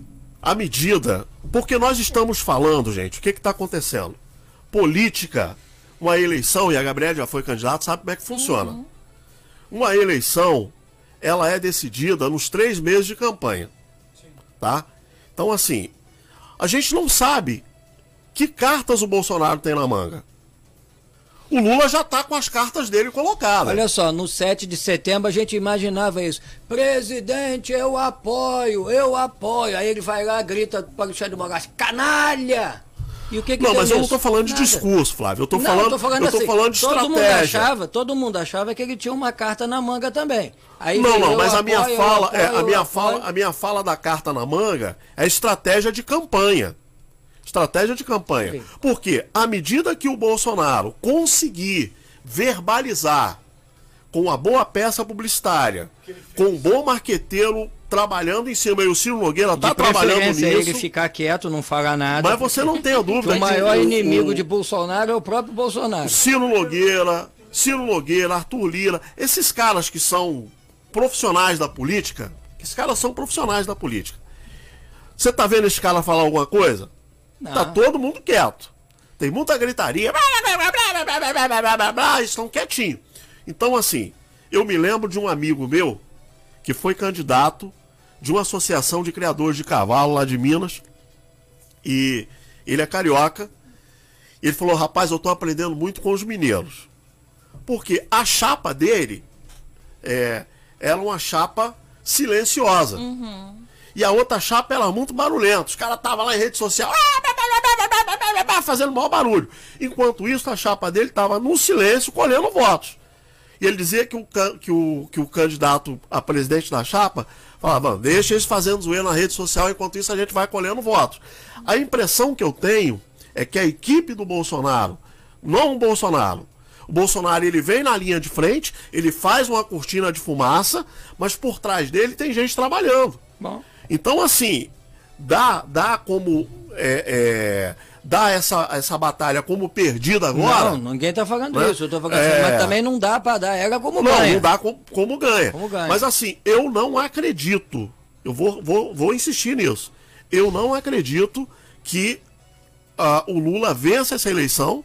à medida... Porque nós estamos falando, gente, o que está acontecendo? Política, uma eleição, e a Gabriela já foi candidata, sabe como é que funciona. Uhum. Uma eleição, ela é decidida nos três meses de campanha. Sim. Tá? Então, assim, a gente não sabe que cartas o Bolsonaro tem na manga. O Lula já está com as cartas dele colocadas. Olha só, no sete de setembro a gente imaginava isso. Presidente, eu apoio, eu apoio. Aí ele vai lá, grita para o Alexandre de Moraes, canalha! E o que que não, mas isso? eu não estou falando de Nada. discurso, Flávio. Eu estou não, falando, eu tô falando, eu tô assim, falando de todo estratégia. Mundo achava, todo mundo achava que ele tinha uma carta na manga também. Aí não, veio, não, mas a apoio, minha fala, apoio, é, a minha apoio. fala, a minha fala da carta na manga é estratégia de campanha. Estratégia de campanha. Sim. Porque à medida que o Bolsonaro conseguir verbalizar com uma boa peça publicitária, com um bom marqueteiro trabalhando em cima, e o Ciro Nogueira está trabalhando nisso. Ele ficar quieto, não falar nada. Mas você não tem a dúvida. O maior que, inimigo o, de Bolsonaro é o próprio Bolsonaro. Ciro Nogueira, Ciro Nogueira, Arthur Lira, esses caras que são profissionais da política, esses caras são profissionais da política. Você tá vendo esse cara falar alguma coisa? Não. Tá todo mundo quieto. Tem muita gritaria. Estão quietinhos. Então, assim, eu me lembro de um amigo meu que foi candidato de uma associação de criadores de cavalo lá de Minas. E ele é carioca. Ele falou, rapaz, eu tô aprendendo muito com os mineiros. Porque a chapa dele é, era uma chapa silenciosa. Uhum. E a outra chapa era muito barulhenta. Os caras estavam lá em rede social fazendo maior barulho. Enquanto isso, a chapa dele estava no silêncio, colhendo votos. E ele dizia que o, que, o, que o candidato a presidente da chapa falava, deixa eles fazendo zoeira na rede social, enquanto isso a gente vai colhendo votos. A impressão que eu tenho é que a equipe do Bolsonaro, não o Bolsonaro, o Bolsonaro ele vem na linha de frente, ele faz uma cortina de fumaça, mas por trás dele tem gente trabalhando. Bom. Então, assim, dá, dá como... É, é, dá essa, essa batalha como perdida agora. Não, ninguém tá falando né? isso. Eu tô falando é... assim, mas também não dá para dar ela como não, ganha. Não dá como, como, ganha. como ganha. Mas assim, eu não acredito. Eu vou, vou, vou insistir nisso. Eu não acredito que uh, o Lula vença essa eleição.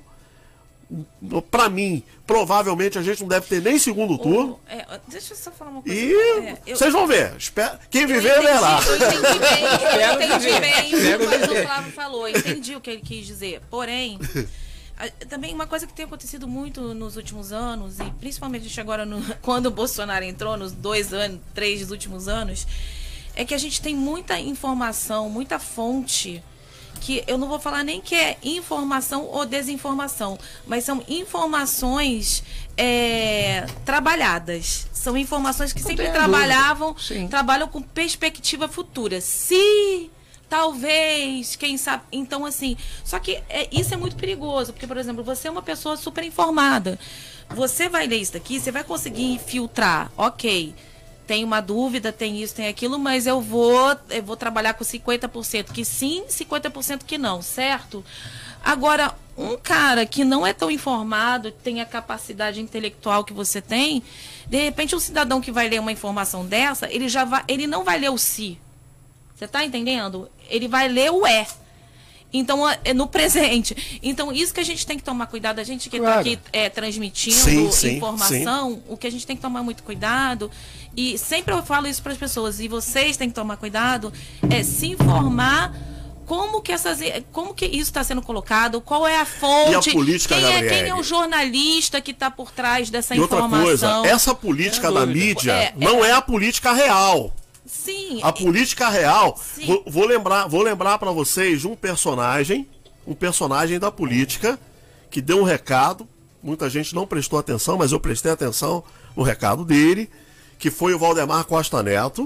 Para mim, provavelmente a gente não deve ter nem segundo turno. Oh, é, deixa eu só falar uma coisa. E é, eu... vocês vão ver. Espera... Quem viver, verá. Eu entendi bem, eu entendi bem o que o Flávio falou. Eu entendi o que ele quis dizer. Porém, também uma coisa que tem acontecido muito nos últimos anos, e principalmente agora no, quando o Bolsonaro entrou, nos dois anos, três dos últimos anos, é que a gente tem muita informação, muita fonte, que eu não vou falar nem que é informação ou desinformação, mas são informações é, trabalhadas. São informações que sempre trabalhavam, trabalham com perspectiva futura. Se, talvez, quem sabe... Então, assim... Só que é, isso é muito perigoso, porque, por exemplo, você é uma pessoa super informada. Você vai ler isso daqui, você vai conseguir filtrar. Ok, tem uma dúvida, tem isso, tem aquilo, mas eu vou, eu vou trabalhar com cinquenta por cento que sim, cinquenta por cento que não, certo? Agora, um cara que não é tão informado, tem a capacidade intelectual que você tem, de repente um cidadão que vai ler uma informação dessa, ele já vai, ele não vai ler o se. Você está entendendo? Ele vai ler o é. Então, é no presente. Então, isso que a gente tem que tomar cuidado, a gente que está claro. aqui é, transmitindo sim, sim, informação, sim. o que a gente tem que tomar muito cuidado, e sempre eu falo isso para as pessoas, e vocês têm que tomar cuidado, é se informar como que, essas, como que isso está sendo colocado, qual é a fonte, e a política, quem, Gabriele? é, quem é o jornalista que está por trás dessa e informação. Outra coisa, essa política da mídia é, não é... é a política real. Sim. A política real, vou, vou lembrar, vou lembrar para vocês de um personagem, um personagem da política que deu um recado, muita gente não prestou atenção, mas eu prestei atenção no recado dele, que foi o Valdemar Costa Neto,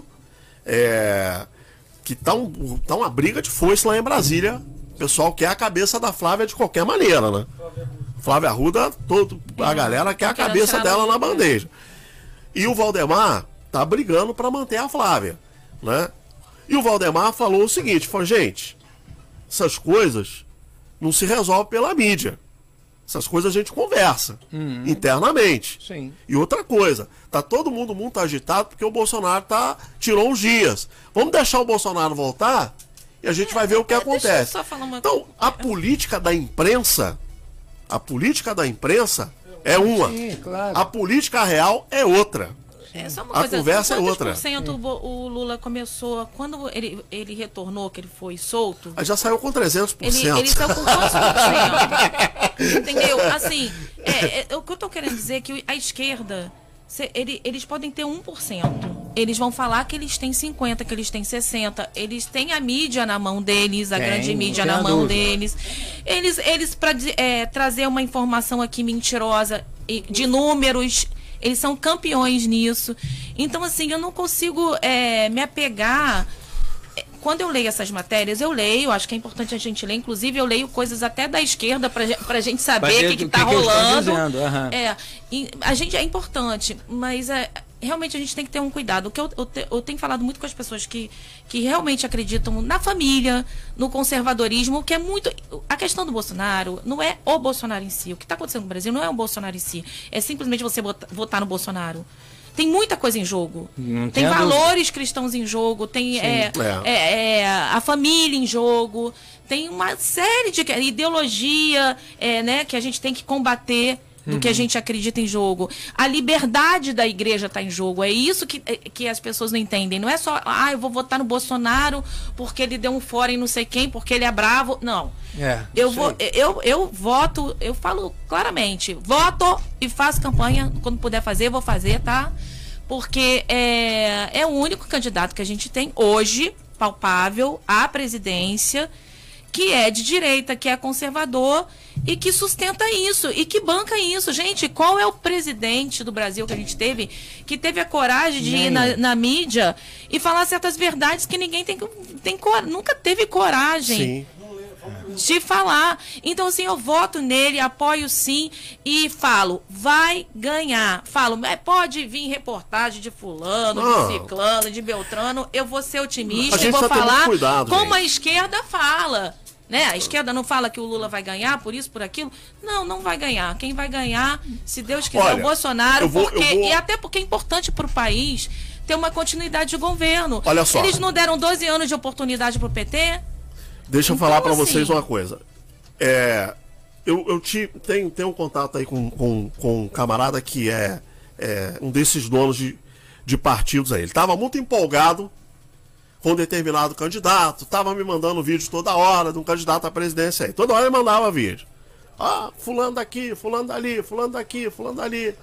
é, que tá, um, tá uma briga de foice lá em Brasília, o pessoal quer a cabeça da Flávia de qualquer maneira, né? Flávia Arruda, todo, a galera quer a cabeça dela na bandeja. E o Valdemar tá brigando para manter a Flávia, né? E o Valdemar falou o seguinte, falou, gente, essas coisas não se resolvem pela mídia. Essas coisas a gente conversa uhum. internamente. Sim. E outra coisa, tá todo mundo muito agitado porque o Bolsonaro tá, tirou uns dias. Vamos deixar o Bolsonaro voltar e a gente vai ver o que é, deixa eu acontece. só falar uma Então, a política da imprensa, a política da imprensa é uma. Sim, claro. A política real é outra. É, só uma A coisa, conversa é quantos outra. por cento o Bo- o Lula começou, quando ele, ele retornou, que ele foi solto, Aí já saiu com trezentos por ele, cento. ele saiu com quantos por cento? Entendeu? Assim, é, é, o que eu tô querendo dizer é que a esquerda, se- ele- eles podem ter um por cento. Eles vão falar que eles têm cinquenta por cento, que eles têm sessenta por cento. Eles têm a mídia na mão deles, a Tem, grande mídia não na tenha mão dúvida. deles. Eles, eles para trazer uma informação aqui mentirosa e de números, eles são campeões nisso. Então, assim, eu não consigo é, me apegar. É, Quando eu leio essas matérias, eu leio, acho que é importante a gente ler. Inclusive, eu leio coisas até da esquerda pra, ge- pra gente saber Pra o ver que, que o tá que que eles estão rolando. dizendo, aham. É, e a gente é importante, mas é, realmente a gente tem que ter um cuidado. O que eu, eu, te- eu tenho falado muito com as pessoas que, que realmente acreditam na família, no conservadorismo, que é muito. A questão do Bolsonaro não é o Bolsonaro em si. O que está acontecendo no Brasil não é o Bolsonaro em si. É simplesmente você bota- votar no Bolsonaro. Tem muita coisa em jogo. Não Tem tenha valores cristãos em jogo, tem é, É. é, é, a família em jogo, tem uma série de ideologia é, né, que a gente tem que combater do que a gente acredita em jogo. A liberdade da igreja está em jogo. É isso que, é, que as pessoas não entendem. Não é só, ah, eu vou votar no Bolsonaro porque ele deu um fora em não sei quem, porque ele é bravo. Não. É, Eu, sim. vou, eu, eu voto, eu falo claramente, voto e faço campanha. Quando puder fazer, eu vou fazer, tá? Porque é, é o único candidato que a gente tem hoje, palpável, à presidência, que é de direita, que é conservador e que sustenta isso e que banca isso. Gente, qual é o presidente do Brasil que a gente teve que teve a coragem de ir na, na mídia e falar certas verdades que ninguém tem, tem cor- nunca teve coragem Sim. de falar. Então, assim, eu voto nele, apoio sim e falo, vai ganhar. Falo, é, pode vir reportagem de fulano, Não. de ciclano, de beltrano, eu vou ser A otimista gente e vou precisa ter muito falar cuidado, como gente. a esquerda fala. Né? A esquerda não fala que o Lula vai ganhar por isso, por aquilo. Não, não vai ganhar. Quem vai ganhar, se Deus quiser, Olha, é o Bolsonaro. eu vou- porque, eu vou- E até porque é importante para o país ter uma continuidade de governo. Olha só. Eles não deram doze anos de oportunidade para o P T? Deixa eu Então, falar pra assim- vocês uma coisa. É, eu eu te, tenho, tenho um contato aí com, com, com um camarada que é, é um desses donos de, de partidos aí. Ele estava muito empolgado com um determinado candidato, estava me mandando vídeos toda hora de um candidato à presidência aí. Toda hora ele mandava vídeo. Ah, fulano daqui, fulano dali, fulano daqui, fulano dali.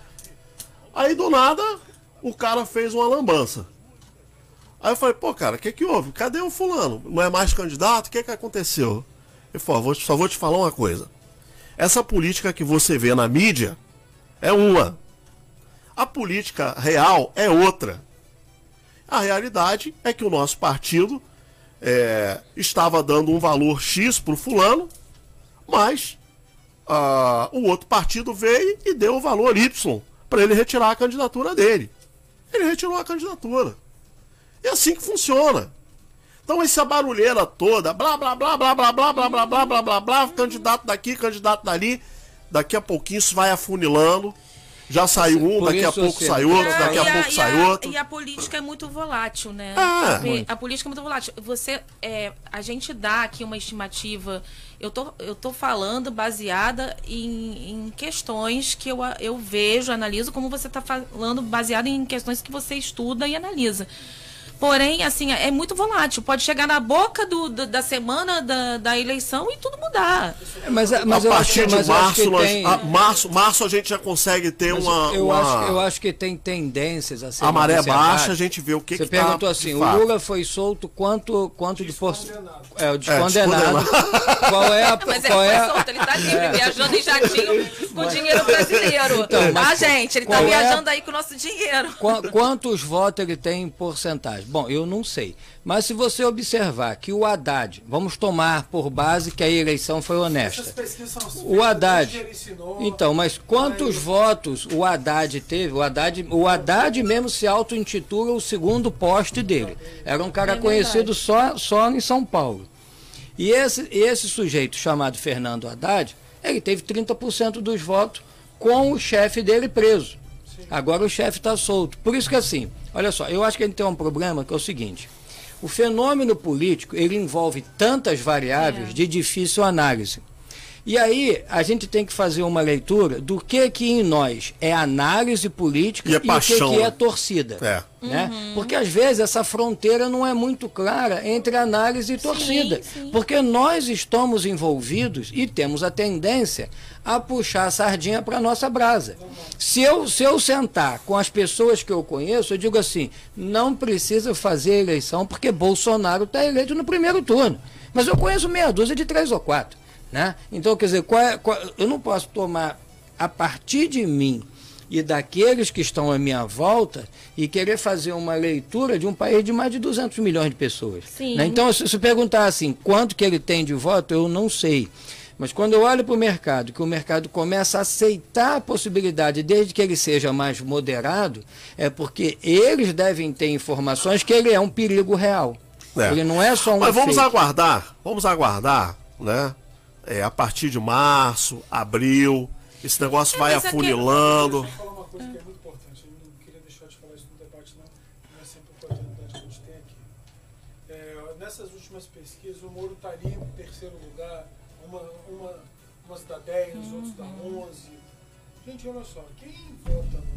Aí do nada, o cara fez uma lambança. Aí eu falei, pô, cara, o que que houve? Cadê o fulano? Não é mais candidato? O que que aconteceu? Ele falou, vou, só vou te falar uma coisa. Essa política que você vê na mídia é uma. A política real é outra. A realidade é que o nosso partido é, estava dando um valor X para o fulano, mas ah, o outro partido veio e deu o valor Y para ele retirar a candidatura dele. Ele retirou a candidatura. É assim que funciona. Então essa barulheira toda, blá blá blá blá blá blá blá blá blá blá blá blá, candidato daqui, candidato dali, daqui a pouquinho isso vai afunilando. Já saiu um, Por daqui a isso, pouco Ciro, sai outro, Não, daqui e a pouco e sai a- outro. E a política é muito volátil, né? Ah, Porque a política é muito volátil. Você, é, a gente dá aqui uma estimativa. Eu tô, eu tô falando baseada em, em questões que eu, eu vejo, analiso, como você está falando, baseada em questões que você estuda e analisa. Porém, assim, é muito volátil. Pode chegar na boca do, do- da semana da, da eleição e tudo mudar. Mas, mas A eu acho, partir de mas eu acho março, que nós, tem, a, março, março a gente já consegue ter mas uma. eu, uma- acho, eu acho que tem tendências a ser a maré baixa, a gente vê o que Você que perguntou tá, assim, de o fato. Lula foi solto quanto, quanto de por... É, o É, descondenado. Qual é a... Mas qual ele é foi a... solto, ele tá livre, viajando em jatinho com dinheiro brasileiro. Então, tá, mas gente? Ele tá qual é- viajando aí com o nosso dinheiro. Qua- Quantos votos ele tem em porcentagem? Bom, eu não sei. Mas se você observar que o Haddad, vamos tomar por base que a eleição foi honesta. Essas pesquisas são O Haddad. ele ensinou. Então, mas quantos votos o Haddad teve? O Haddad, o Haddad mesmo se auto-intitula o segundo poste dele. Era um cara É conhecido só, só em São Paulo. E esse, esse sujeito chamado Fernando Haddad, ele teve trinta por cento dos votos com o chefe dele preso. Agora o chefe está solto. Por isso que assim, olha só, eu acho que ele tem um problema que é o seguinte. O fenômeno político, ele envolve tantas variáveis É. de difícil análise. E aí, a gente tem que fazer uma leitura do que que em nós é análise política E e, é o que, paixão, que é né? torcida. É. Né? Porque às vezes essa fronteira não é muito clara entre análise e torcida. sim. Porque nós estamos envolvidos e temos a tendência a puxar a sardinha para a nossa brasa. Se eu, se eu sentar com as pessoas que eu conheço, eu digo assim, não precisa fazer eleição porque Bolsonaro está eleito no primeiro turno. Mas eu conheço meia dúzia de três ou quatro. Né? Então, quer dizer, qual é, qual, eu não posso tomar a partir de mim e daqueles que estão à minha volta e querer fazer uma leitura de um país de mais de duzentos milhões de pessoas. Sim. Né? Então, se, se perguntar assim, quanto que ele tem de voto, eu não sei. Mas quando eu olho para o mercado, que o mercado começa a aceitar a possibilidade, desde que ele seja mais moderado, é porque eles devem ter informações que ele é um perigo real. É. Ele não é só um Mas vamos efeito. aguardar, vamos aguardar, né? É, a partir de março, abril, esse negócio É, vai mas aqui- afunilando. Deixa eu falar uma coisa que é muito importante. Eu não queria deixar de falar isso no debate, não. Não é sempre a oportunidade que a gente tem aqui. É, nessas últimas pesquisas, o Moro está ali em terceiro lugar, uma, uma, umas dá dez, os outros dá onze. Gente, olha só, quem vota no.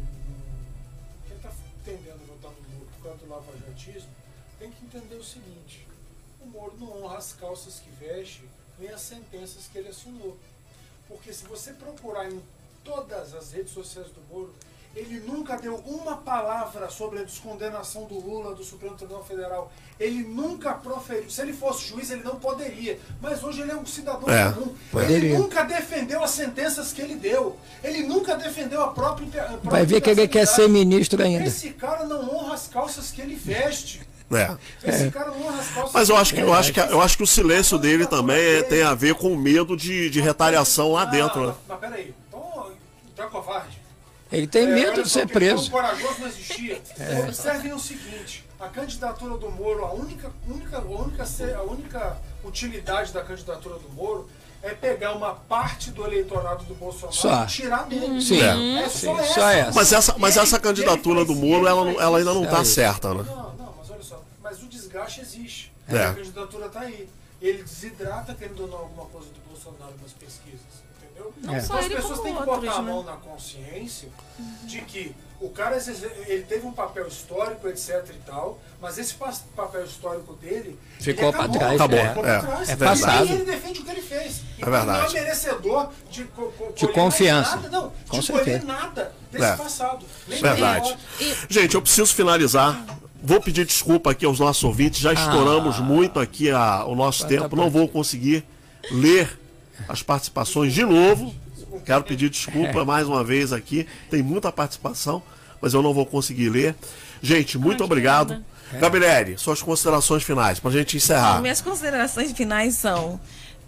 no quem está tendendo a votar no Moro por causa do lavajatismo, tem que entender o seguinte: o Moro não honra as calças que veste, nem as sentenças que ele assinou. Porque se você procurar em todas as redes sociais do Moro, ele nunca deu uma palavra sobre a descondenação do Lula do Supremo Tribunal Federal. Ele nunca proferiu. Se ele fosse juiz, ele não poderia. Mas hoje ele é um cidadão É, comum. poderia. Ele nunca defendeu as sentenças que ele deu. Ele nunca defendeu a própria, a própria Vai ver que ele quer ser ministro ainda. Esse cara não honra as calças que ele veste. É. Esse cara não honra as calças Mas eu que acho que ele eu acho que veste. eu acho que o silêncio dele também tem a ver com o medo de, de retaliação lá dentro, né? Mas, mas peraí, então tá covarde. Ele tem É, medo olha de só, ser que preso. o corajoso não existia. Observem o seguinte: a candidatura do Moro, a única, única, a única, a única utilidade da candidatura do Moro é pegar uma parte do eleitorado do Bolsonaro Só. e tirar dele. Sim, É sim, só essa. só essa. Mas essa, mas E ele- essa candidatura e ele do faz- Moro, ele ela, não- faz ela ainda não isso. tá É isso. certa, né? Não, não, mas olha só, mas o desgaste existe. É. A candidatura está aí. Ele desidrata, querendo ou não, alguma coisa do Bolsonaro nas pesquisas, entendeu? Não É. só Então as ele, pessoas como têm que outros, botar a né? mão na consciência de que o cara exerce- ele teve um papel histórico, etc e tal, mas esse pa- papel histórico dele Ficou ele pra acabou, trás, Acabou, ficou é. pra trás. É E passado. aí ele defende o que ele fez. Então verdade. não é merecedor de, co co De colher confiança. mais nada, não, Com de colher certeza. nada desse É. passado. Nem Verdade. nem- Gente, eu preciso finalizar. Vou pedir desculpa aqui aos nossos ouvintes. Já estouramos muito aqui a- o nosso Tá tempo. bom. Não vou conseguir ler as participações de novo. Quero pedir desculpa mais uma vez aqui. Tem muita participação, mas eu não vou conseguir ler. Gente, muito que obrigado. nada. Gabriele, suas considerações finais, pra gente Bom, encerrar. minhas considerações finais são: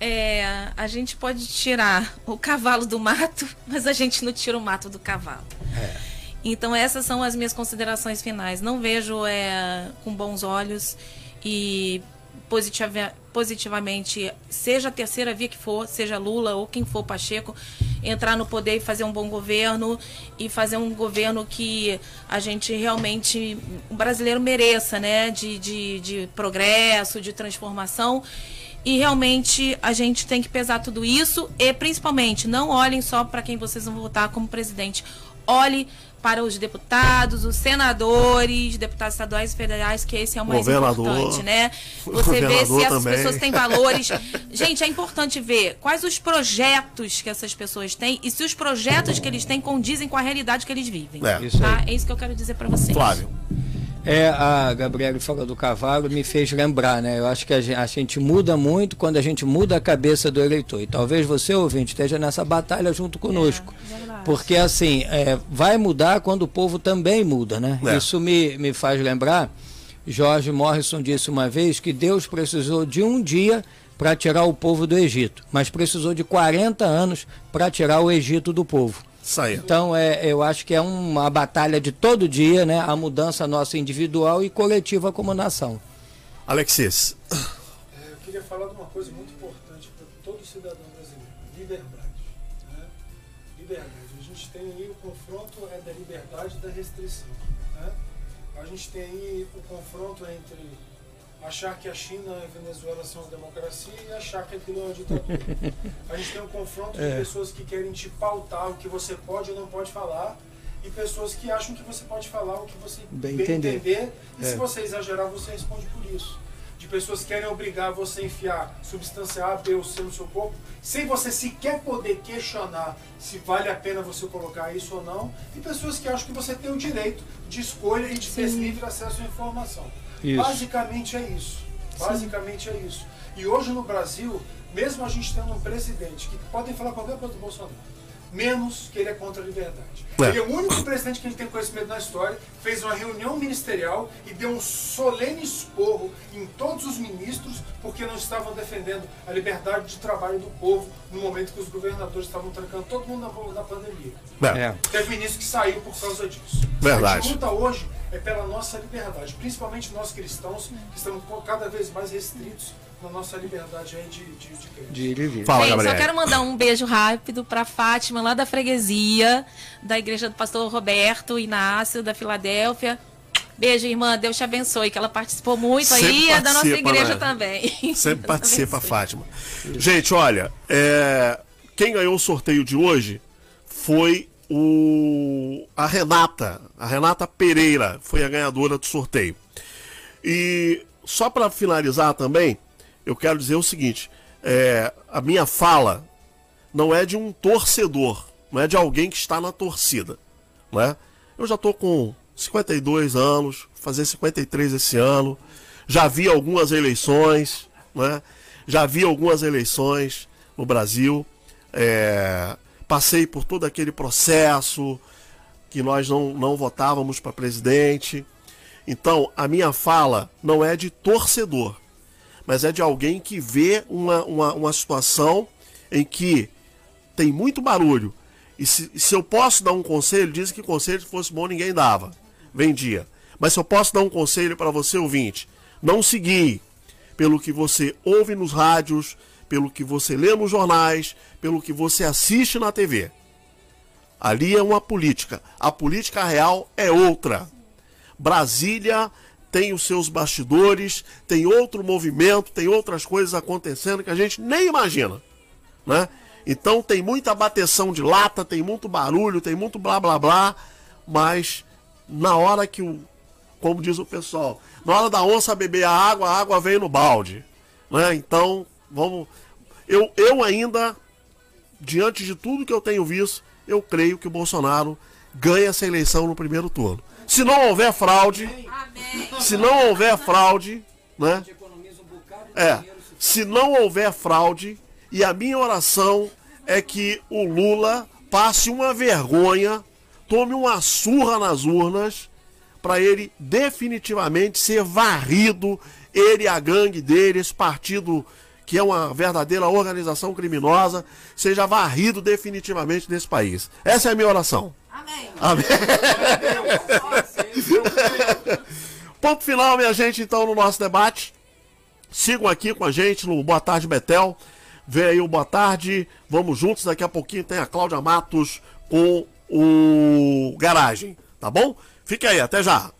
é, a gente pode tirar o cavalo do mato, mas a gente não tira o mato do cavalo. Então essas são as minhas considerações finais. Não vejo é, com bons olhos e positiva, positivamente, seja a terceira via que for, seja Lula ou quem for Pacheco, entrar no poder e fazer um bom governo e fazer um governo que a gente realmente, o brasileiro mereça, né? De, de, de progresso, de transformação. E realmente a gente tem que pesar tudo isso e principalmente não olhem só para quem vocês vão votar como presidente. Olhe para os deputados, os senadores, deputados estaduais e federais, que esse é o mais Governador. importante, né? Você vê se Governador essas também. pessoas têm valores. Gente, é importante ver quais os projetos que essas pessoas têm e se os projetos que eles têm condizem com a realidade que eles vivem. É. Isso Tá? aí. É isso que eu quero dizer para vocês. Flávio. É, a Gabriela falou do cavalo, me fez lembrar, né? Eu acho que a gente, a gente muda muito quando a gente muda a cabeça do eleitor. E talvez você, ouvinte, esteja nessa batalha junto conosco. É, verdade. Porque, assim, é, vai mudar quando o povo também muda, né? É. Isso me, me faz lembrar, George Morrison disse uma vez que Deus precisou de um dia para tirar o povo do Egito, mas precisou de quarenta anos para tirar o Egito do povo. Isso aí. Então, é, eu acho que é uma batalha de todo dia, né? A mudança nossa individual e coletiva como nação. Alexis. É, eu queria falar de uma coisa muito importante para todo cidadão brasileiro: liberdade. Né? Liberdade. A gente tem aí o confronto é da liberdade e da restrição. Né? A gente tem aí o confronto entre achar que a China e a Venezuela são uma democracia e achar que aquilo é uma ditadura. A gente tem um confronto é. de pessoas que querem te pautar o que você pode ou não pode falar, e pessoas que acham que você pode falar o que você bem, bem entender, entender e é. se você exagerar, você responde por isso. De pessoas que querem obrigar você a enfiar substância A, B ou C no seu corpo, sem você sequer poder questionar se vale a pena você colocar isso ou não, e pessoas que acham que você tem o direito de escolha e de ter livre acesso à informação. Isso. Basicamente é isso. Basicamente Sim. é isso. E hoje no Brasil, mesmo a gente tendo um presidente que podem falar qualquer coisa do Bolsonaro, menos que ele é contra a liberdade. É. Ele é o único presidente que a gente tem conhecimento na história, fez uma reunião ministerial e deu um solene esporro em todos os ministros porque não estavam defendendo a liberdade de trabalho do povo no momento que os governadores estavam trancando todo mundo na, na pandemia. É. Teve ministro que saiu por causa disso. Verdade. A gente luta hoje é pela nossa liberdade, principalmente nós cristãos que estamos cada vez mais restritos na nossa liberdade aí de, de, de crença. De ir e vir. Fala, Bem, Gabriel. só quero mandar um beijo rápido para Fátima, lá da freguesia, da igreja do pastor Roberto Inácio, da Filadélfia. Beijo, irmã. Deus te abençoe, que ela participou muito Sempre aí, é da nossa igreja né? também. Sempre participa, Fátima. Gente, olha, é, quem ganhou o sorteio de hoje foi o a Renata, a Renata Pereira, foi a ganhadora do sorteio. E só para finalizar também, eu quero dizer o seguinte, é, a minha fala não é de um torcedor, não é de alguém que está na torcida, né? Eu já estou com cinquenta e dois anos, vou fazer cinquenta e três esse ano, já vi algumas eleições, né? Já vi algumas eleições no Brasil, é, passei por todo aquele processo que nós não, não votávamos para presidente. Então, a minha fala não é de torcedor, mas é de alguém que vê uma, uma, uma situação em que tem muito barulho. E se, se eu posso dar um conselho, dizem que conselho, se fosse bom, ninguém dava, vendia. Mas se eu posso dar um conselho para você, ouvinte, não seguir pelo que você ouve nos rádios, pelo que você lê nos jornais, pelo que você assiste na T V. Ali é uma política. A política real é outra. Brasília tem os seus bastidores, tem outro movimento, tem outras coisas acontecendo que a gente nem imagina, né? Então tem muita bateção de lata, tem muito barulho, tem muito blá blá blá, mas na hora que o, como diz o pessoal, na hora da onça beber a água, a água vem no balde, né? Então, vamos, eu, eu ainda, diante de tudo que eu tenho visto, eu creio que o Bolsonaro ganha essa eleição no primeiro turno. Se não houver fraude, Amém. se não houver fraude, né? É, se não houver fraude, e a minha oração é que o Lula passe uma vergonha, tome uma surra nas urnas, para ele definitivamente ser varrido, ele e a gangue dele, esse partido que é uma verdadeira organização criminosa, seja varrido definitivamente desse país. Essa é a minha oração. Amém. Amém. Ponto final, minha gente, então, no nosso debate. Sigam aqui com a gente no Boa Tarde Betel. Vem aí o Boa Tarde. Vamos juntos. Daqui a pouquinho tem a Cláudia Matos com o Garagem. Tá bom? Fique aí. Até já.